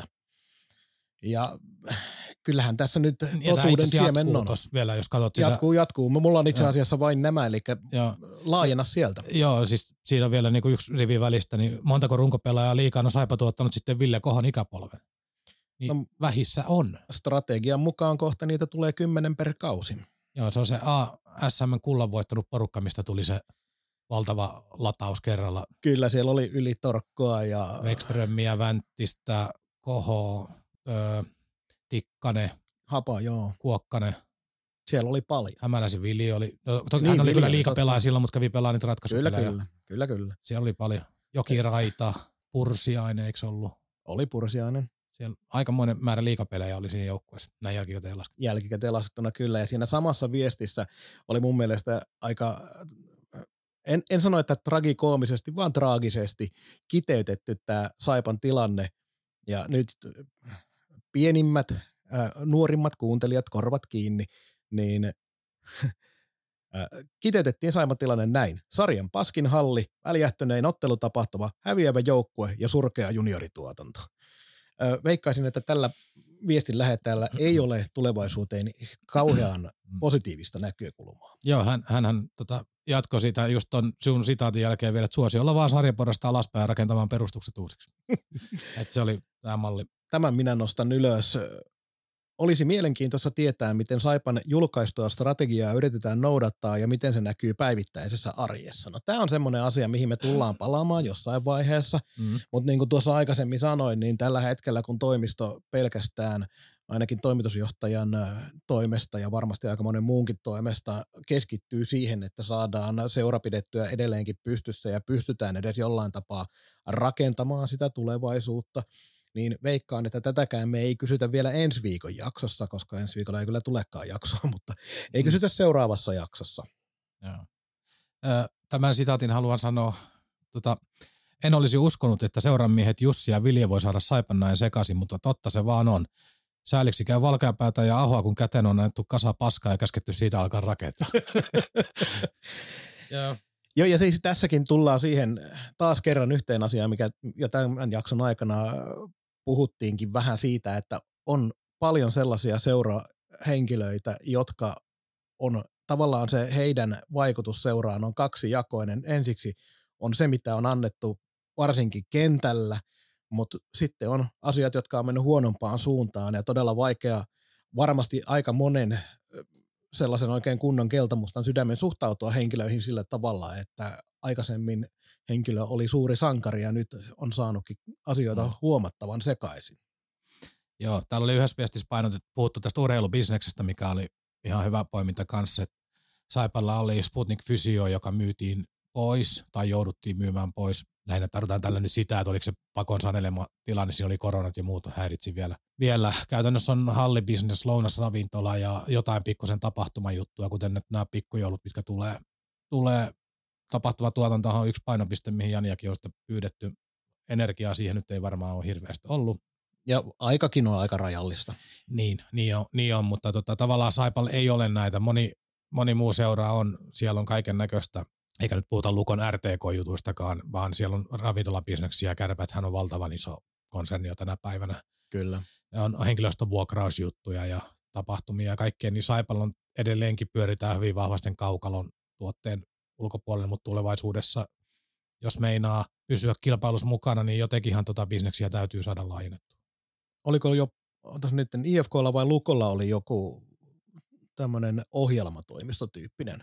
Ja kyllähän tässä nyt totuuden siemen on. Vielä, jos katsot jatkuu. Mulla on itse asiassa vain nämä, eli laajenna sieltä. Joo, siis siinä on vielä niin kuin yksi rivi välistä, niin montako runkopelaajaa liikaa on Saipa tuottanut sitten Ville Kohon ikäpolven? Niin no, vähissä on. Strategian mukaan kohta niitä tulee 10 per kausi. Joo, se on se SM kullan voittanut porukka, mistä tuli se valtava lataus kerralla. Kyllä, siellä oli yli Torkkoa ja Wexströmiä, Vänttistä, Koho, Tikkanen, Hapa, joo. Kuokkanen. Siellä oli paljon. Hämäläisen Vili oli, hän oli kyllä liigapelaaja silloin, mutta kävi pelaamaan niitä ratkaisupelejä. Kyllä. Siellä oli paljon. Jokiraita, Pursiainen, eikö ollut? Oli Pursiainen. Siellä aikamoinen määrä liigapelejä oli siinä joukkueessa, näin jälkikäteen laskettuna kyllä, ja siinä samassa viestissä oli mun mielestä aika, en sano, että tragikoomisesti, vaan traagisesti kiteytetty tämä Saipan tilanne, ja nyt pienimmät, nuorimmat kuuntelijat, korvat kiinni, niin kiteytettiin Saipan tilanne näin. Sarjan paskin halli, väljähtönein ottelutapahtuma, häviävä joukkue ja surkea juniorituotanto. Veikkaisin, että tällä viestin lähettäjällä ei ole tulevaisuuteen kauhean positiivista näkökulmaa. Joo, hän jatkoi siitä just ton sun sitaatin jälkeen vielä, että suosiolla vaan sarjaporrasta alaspäin ja rakentamaan perustukset uusiksi. Että se oli tämä malli. Tämän minä nostan ylös. Olisi mielenkiintoista tietää, miten Saipan julkaistua strategiaa yritetään noudattaa ja miten se näkyy päivittäisessä arjessa. No, tämä on semmoinen asia, mihin me tullaan palaamaan jossain vaiheessa, mutta niin kuin tuossa aikaisemmin sanoin, niin tällä hetkellä kun toimisto pelkästään ainakin toimitusjohtajan toimesta ja varmasti aika monen muunkin toimesta keskittyy siihen, että saadaan seura pidettyä edelleenkin pystyssä ja pystytään edes jollain tapaa rakentamaan sitä tulevaisuutta, niin veikkaan, että tätäkään me ei kysytä vielä ensi viikon jaksossa, koska ensi viikolla ei kyllä tulekaan jaksoa, mutta ei kysytä seuraavassa jaksossa. Joo. Tämän sitaatin haluan sanoa, en olisi uskonut, että seuran miehet Jussi ja Vilje voi saada Saipan näin sekaisin, mutta totta se vaan on. Sääliksi käy Valkeapäätä ja Ahoa, kun käteen on annettu kasa paskaa ja käsketty siitä alkaa rakentaa. Joo, ja siis tässäkin tullaan siihen taas kerran yhteen asiaan, mikä jo tämän jakson aikana puhuttiinkin vähän siitä, että on paljon sellaisia seurahenkilöitä, jotka on tavallaan se heidän vaikutus seuraan on kaksijakoinen. Ensiksi on se, mitä on annettu varsinkin kentällä, mutta sitten on asiat, jotka on mennyt huonompaan suuntaan ja todella vaikea varmasti aika monen sellaisen oikein kunnon keltamustan sydämen suhtautua henkilöihin sillä tavalla, että aikaisemmin henkilö oli suuri sankari ja nyt on saanutkin asioita huomattavan sekaisin. Joo, täällä oli yhdessä viestissä puhuttu tästä urheilubisneksestä, mikä oli ihan hyvä poiminta kanssa, että Saipalla oli Sputnik Physio, joka myytiin pois tai jouduttiin myymään pois lähinnä tarvitaan tällä nyt sitä, että oliko se pakon sanelema tilanne, siinä oli koronat ja muuta häiritsi vielä. Käytännössä on hallibisnes, lounasravintola ja jotain pikkusen tapahtumajuttua, kuten nyt nämä pikkujoulut, mitkä tulee tapahtumatuotantohan on yksi painopiste, mihin Janiakin on pyydetty. Energiaa siihen nyt ei varmaan ole hirveästi ollut. Ja aikakin on aika rajallista. Niin on, mutta tavallaan Saipalla ei ole näitä. Moni muu seuraa on, siellä on kaiken näköistä, eikä nyt puhuta Lukon RTK-jutuistakaan, vaan siellä on ravintolabisneksiä, Kärpäthän on valtavan iso konserni jo tänä päivänä. Kyllä. Ja on henkilöstövuokrausjuttuja ja tapahtumia ja kaikkea, niin Saipalla on edelleenkin pyöritään hyvin vahvasti kaukalon tuotteen ulkopuolelle, mutta tulevaisuudessa, jos meinaa pysyä kilpailussa mukana, niin jotenkinhan bisneksiä täytyy saada laajennettua. Oliko jo nyt IFK:lla vai Lukolla oli joku tämmöinen ohjelmatoimistotyyppinen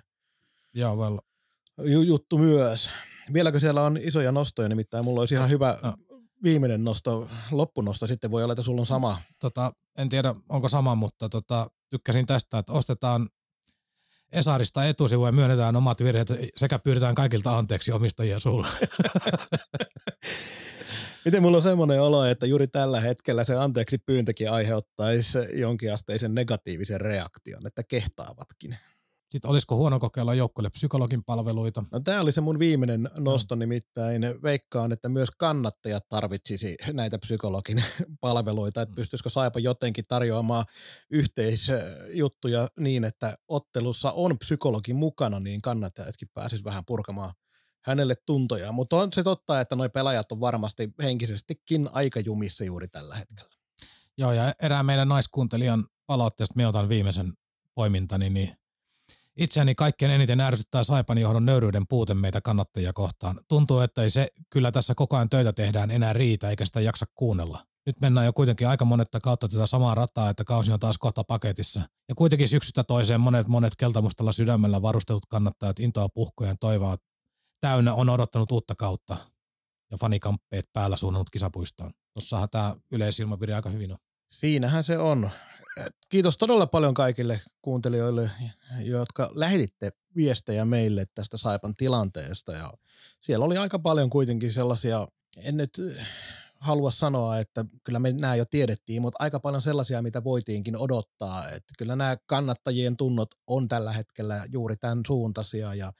juttu myös? Vieläkö siellä on isoja nostoja, nimittäin mulla olisi ihan hyvä viimeinen nosto, loppunosto, sitten voi olla, että sulla on sama. En tiedä, onko sama, mutta tykkäsin tästä, että ostetaan Esarista etusivu ja myönnetään omat virheet sekä pyydetään kaikilta anteeksi omistajia sulla. Miten mulla on semmoinen olo, että juuri tällä hetkellä se anteeksi pyyntökin aiheuttaisi jonkinasteisen negatiivisen reaktion, että kehtaavatkin. Sitten olisiko huono kokeilla joukkueelle psykologin palveluita? No tämä oli se mun viimeinen nosto, nimittäin veikkaan, että myös kannattajat tarvitsisi näitä psykologin palveluita, että pystyisikö Saipa jotenkin tarjoamaan yhteisjuttuja niin, että ottelussa on psykologi mukana, niin kannattajatkin pääsisi vähän purkamaan hänelle tuntoja. Mutta on se totta, että nuo pelaajat on varmasti henkisestikin aika jumissa juuri tällä hetkellä. Joo, ja erään meidän naiskuuntelijan palautteesta me otan viimeisen poimintani, niin itseäni kaikkein eniten ärsyttää Saipan johdon nöyryyden puute meitä kannattajia kohtaan. Tuntuu, että ei se kyllä tässä koko ajan töitä tehdään enää riitä, eikä sitä jaksa kuunnella. Nyt mennään jo kuitenkin aika monetta kautta tätä samaa rataa, että kausi on taas kohta paketissa. Ja kuitenkin syksystä toiseen monet keltamustalla sydämellä varustetut kannattajat intoa puhkojen toivoa täynnä on odottanut uutta kautta ja fanikamppeet päällä suunnannut kisapuistoon. Tuossahan tämä yleisilmapiiri aika hyvin on. Siinähän se on. Kiitos todella paljon kaikille kuuntelijoille, jotka lähetitte viestejä meille tästä Saipan tilanteesta. Ja siellä oli aika paljon kuitenkin sellaisia, en nyt halua sanoa, että kyllä me nämä jo tiedettiin, mutta aika paljon sellaisia, mitä voitiinkin odottaa. Että kyllä nämä kannattajien tunnot on tällä hetkellä juuri tämän suuntaisia ja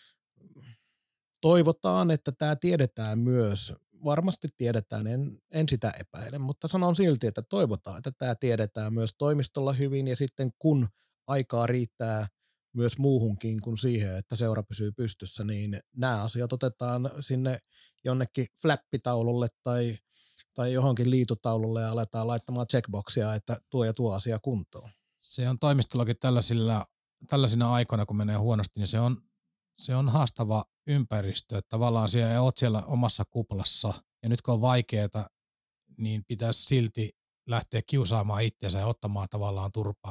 toivotaan, että tämä tiedetään myös. Varmasti tiedetään, en sitä epäile, mutta sanon silti, että toivotaan, että tämä tiedetään myös toimistolla hyvin ja sitten kun aikaa riittää myös muuhunkin kuin siihen, että seura pysyy pystyssä, niin nämä asiat otetaan sinne jonnekin flappitaululle tai johonkin liitutaululle ja aletaan laittamaan checkboxia, että tuo ja tuo asia kuntoon. Se on toimistollakin tällaisina aikoina, kun menee huonosti, niin se on haastava ympäristö, että tavallaan olet siellä omassa kuplassa ja nyt kun on vaikeaa, niin pitäisi silti lähteä kiusaamaan itseänsä ja ottamaan tavallaan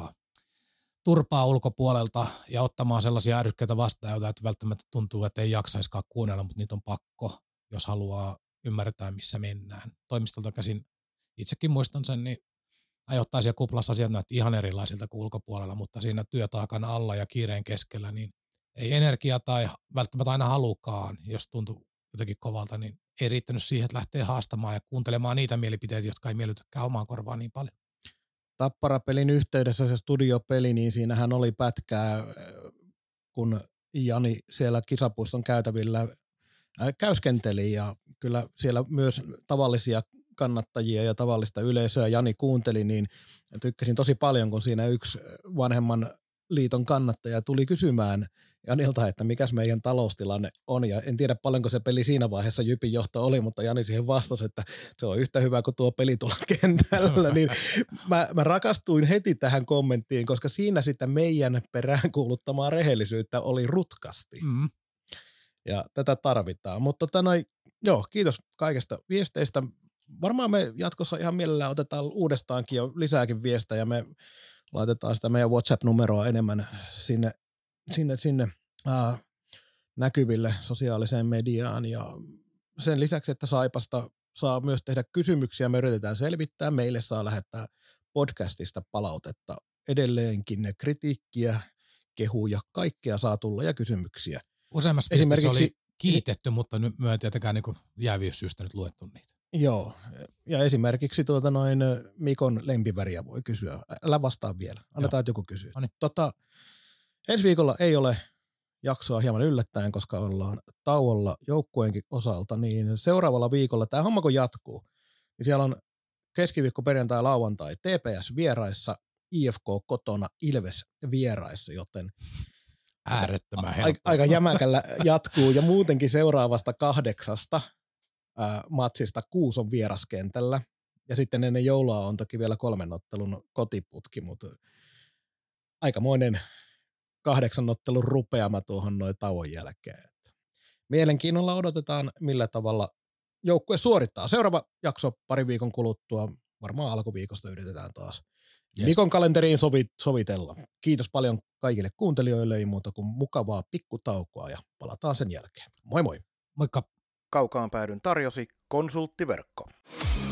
turpaa ulkopuolelta ja ottamaan sellaisia ärykkäitä vastaajia, että välttämättä tuntuu, että ei jaksaiskaan kuunnella, mutta niitä on pakko, jos haluaa ymmärtää, missä mennään. Toimistolta käsin itsekin muistan sen, niin ajoittaa siellä kuplassa asiat näytti ihan erilaisilta kuin ulkopuolella, mutta siinä työtaakan alla ja kiireen keskellä, niin ei energiaa tai välttämättä aina halukaan, jos tuntuu jotenkin kovalta, niin ei riittänyt siihen, että lähtee haastamaan ja kuuntelemaan niitä mielipiteitä, jotka ei miellytäkään omaan korvaan niin paljon. Tappara-pelin yhteydessä se studiopeli, niin siinähän oli pätkää, kun Jani siellä kisapuiston käytävillä käyskenteli ja kyllä siellä myös tavallisia kannattajia ja tavallista yleisöä Jani kuunteli, niin tykkäsin tosi paljon, kun siinä yksi vanhemman liiton kannattaja tuli kysymään Janilta, että mikäs meidän taloustilanne on, ja en tiedä paljonko se peli siinä vaiheessa Jypin johto oli, mutta Jani siihen vastasi, että se on yhtä hyvä kuin tuo peli tuolla kentällä, niin mä rakastuin heti tähän kommenttiin, koska siinä sitä meidän peräänkuuluttamaa rehellisyyttä oli rutkasti. Mm. Ja tätä tarvitaan, mutta kiitos kaikesta viesteistä. Varmaan me jatkossa ihan mielellään otetaan uudestaankin jo lisääkin viestejä, ja me laitetaan sitä meidän WhatsApp-numeroa enemmän sinne näkyville sosiaaliseen mediaan, ja sen lisäksi, että Saipasta saa myös tehdä kysymyksiä, me yritetään selvittää, meille saa lähettää podcastista palautetta edelleenkin, kritiikkiä, kehuja, kaikkea saa tulla ja kysymyksiä. Useammassa pisteessä oli kiitetty, mutta nyt me ei tietenkään niin jääviyssyystä nyt luettu niitä. Joo, ja esimerkiksi Mikon lempiväriä voi kysyä. Älä vastaa vielä, annetaan joku kysyä. Noniin. Ensi viikolla ei ole jaksoa hieman yllättäen, koska ollaan tauolla joukkueenkin osalta, niin seuraavalla viikolla tämä homma kun jatkuu, niin siellä on keskiviikko, perjantai, lauantai, TPS vieraissa, IFK kotona, Ilves vieraissa, joten Äärettömän helppoa. aika jämäkällä jatkuu, ja muutenkin seuraavasta 8 matsista 6 on vieraskentällä, ja sitten ennen joulua on toki vielä 3 ottelun kotiputki, mutta aikamoinen 8 ottelun rupeama tuohon noin tauon jälkeen. Mielenkiinnolla odotetaan, millä tavalla joukkue suorittaa. Seuraava jakso pari viikon kuluttua, varmaan alkuviikosta yritetään taas Mikon kalenteriin sovitella. Kiitos paljon kaikille kuuntelijoille, ei muuta kuin mukavaa pikkutaukoa ja palataan sen jälkeen. Moi moi! Moikka! Kaukaan päädyn tarjosi Konsulttiverkko.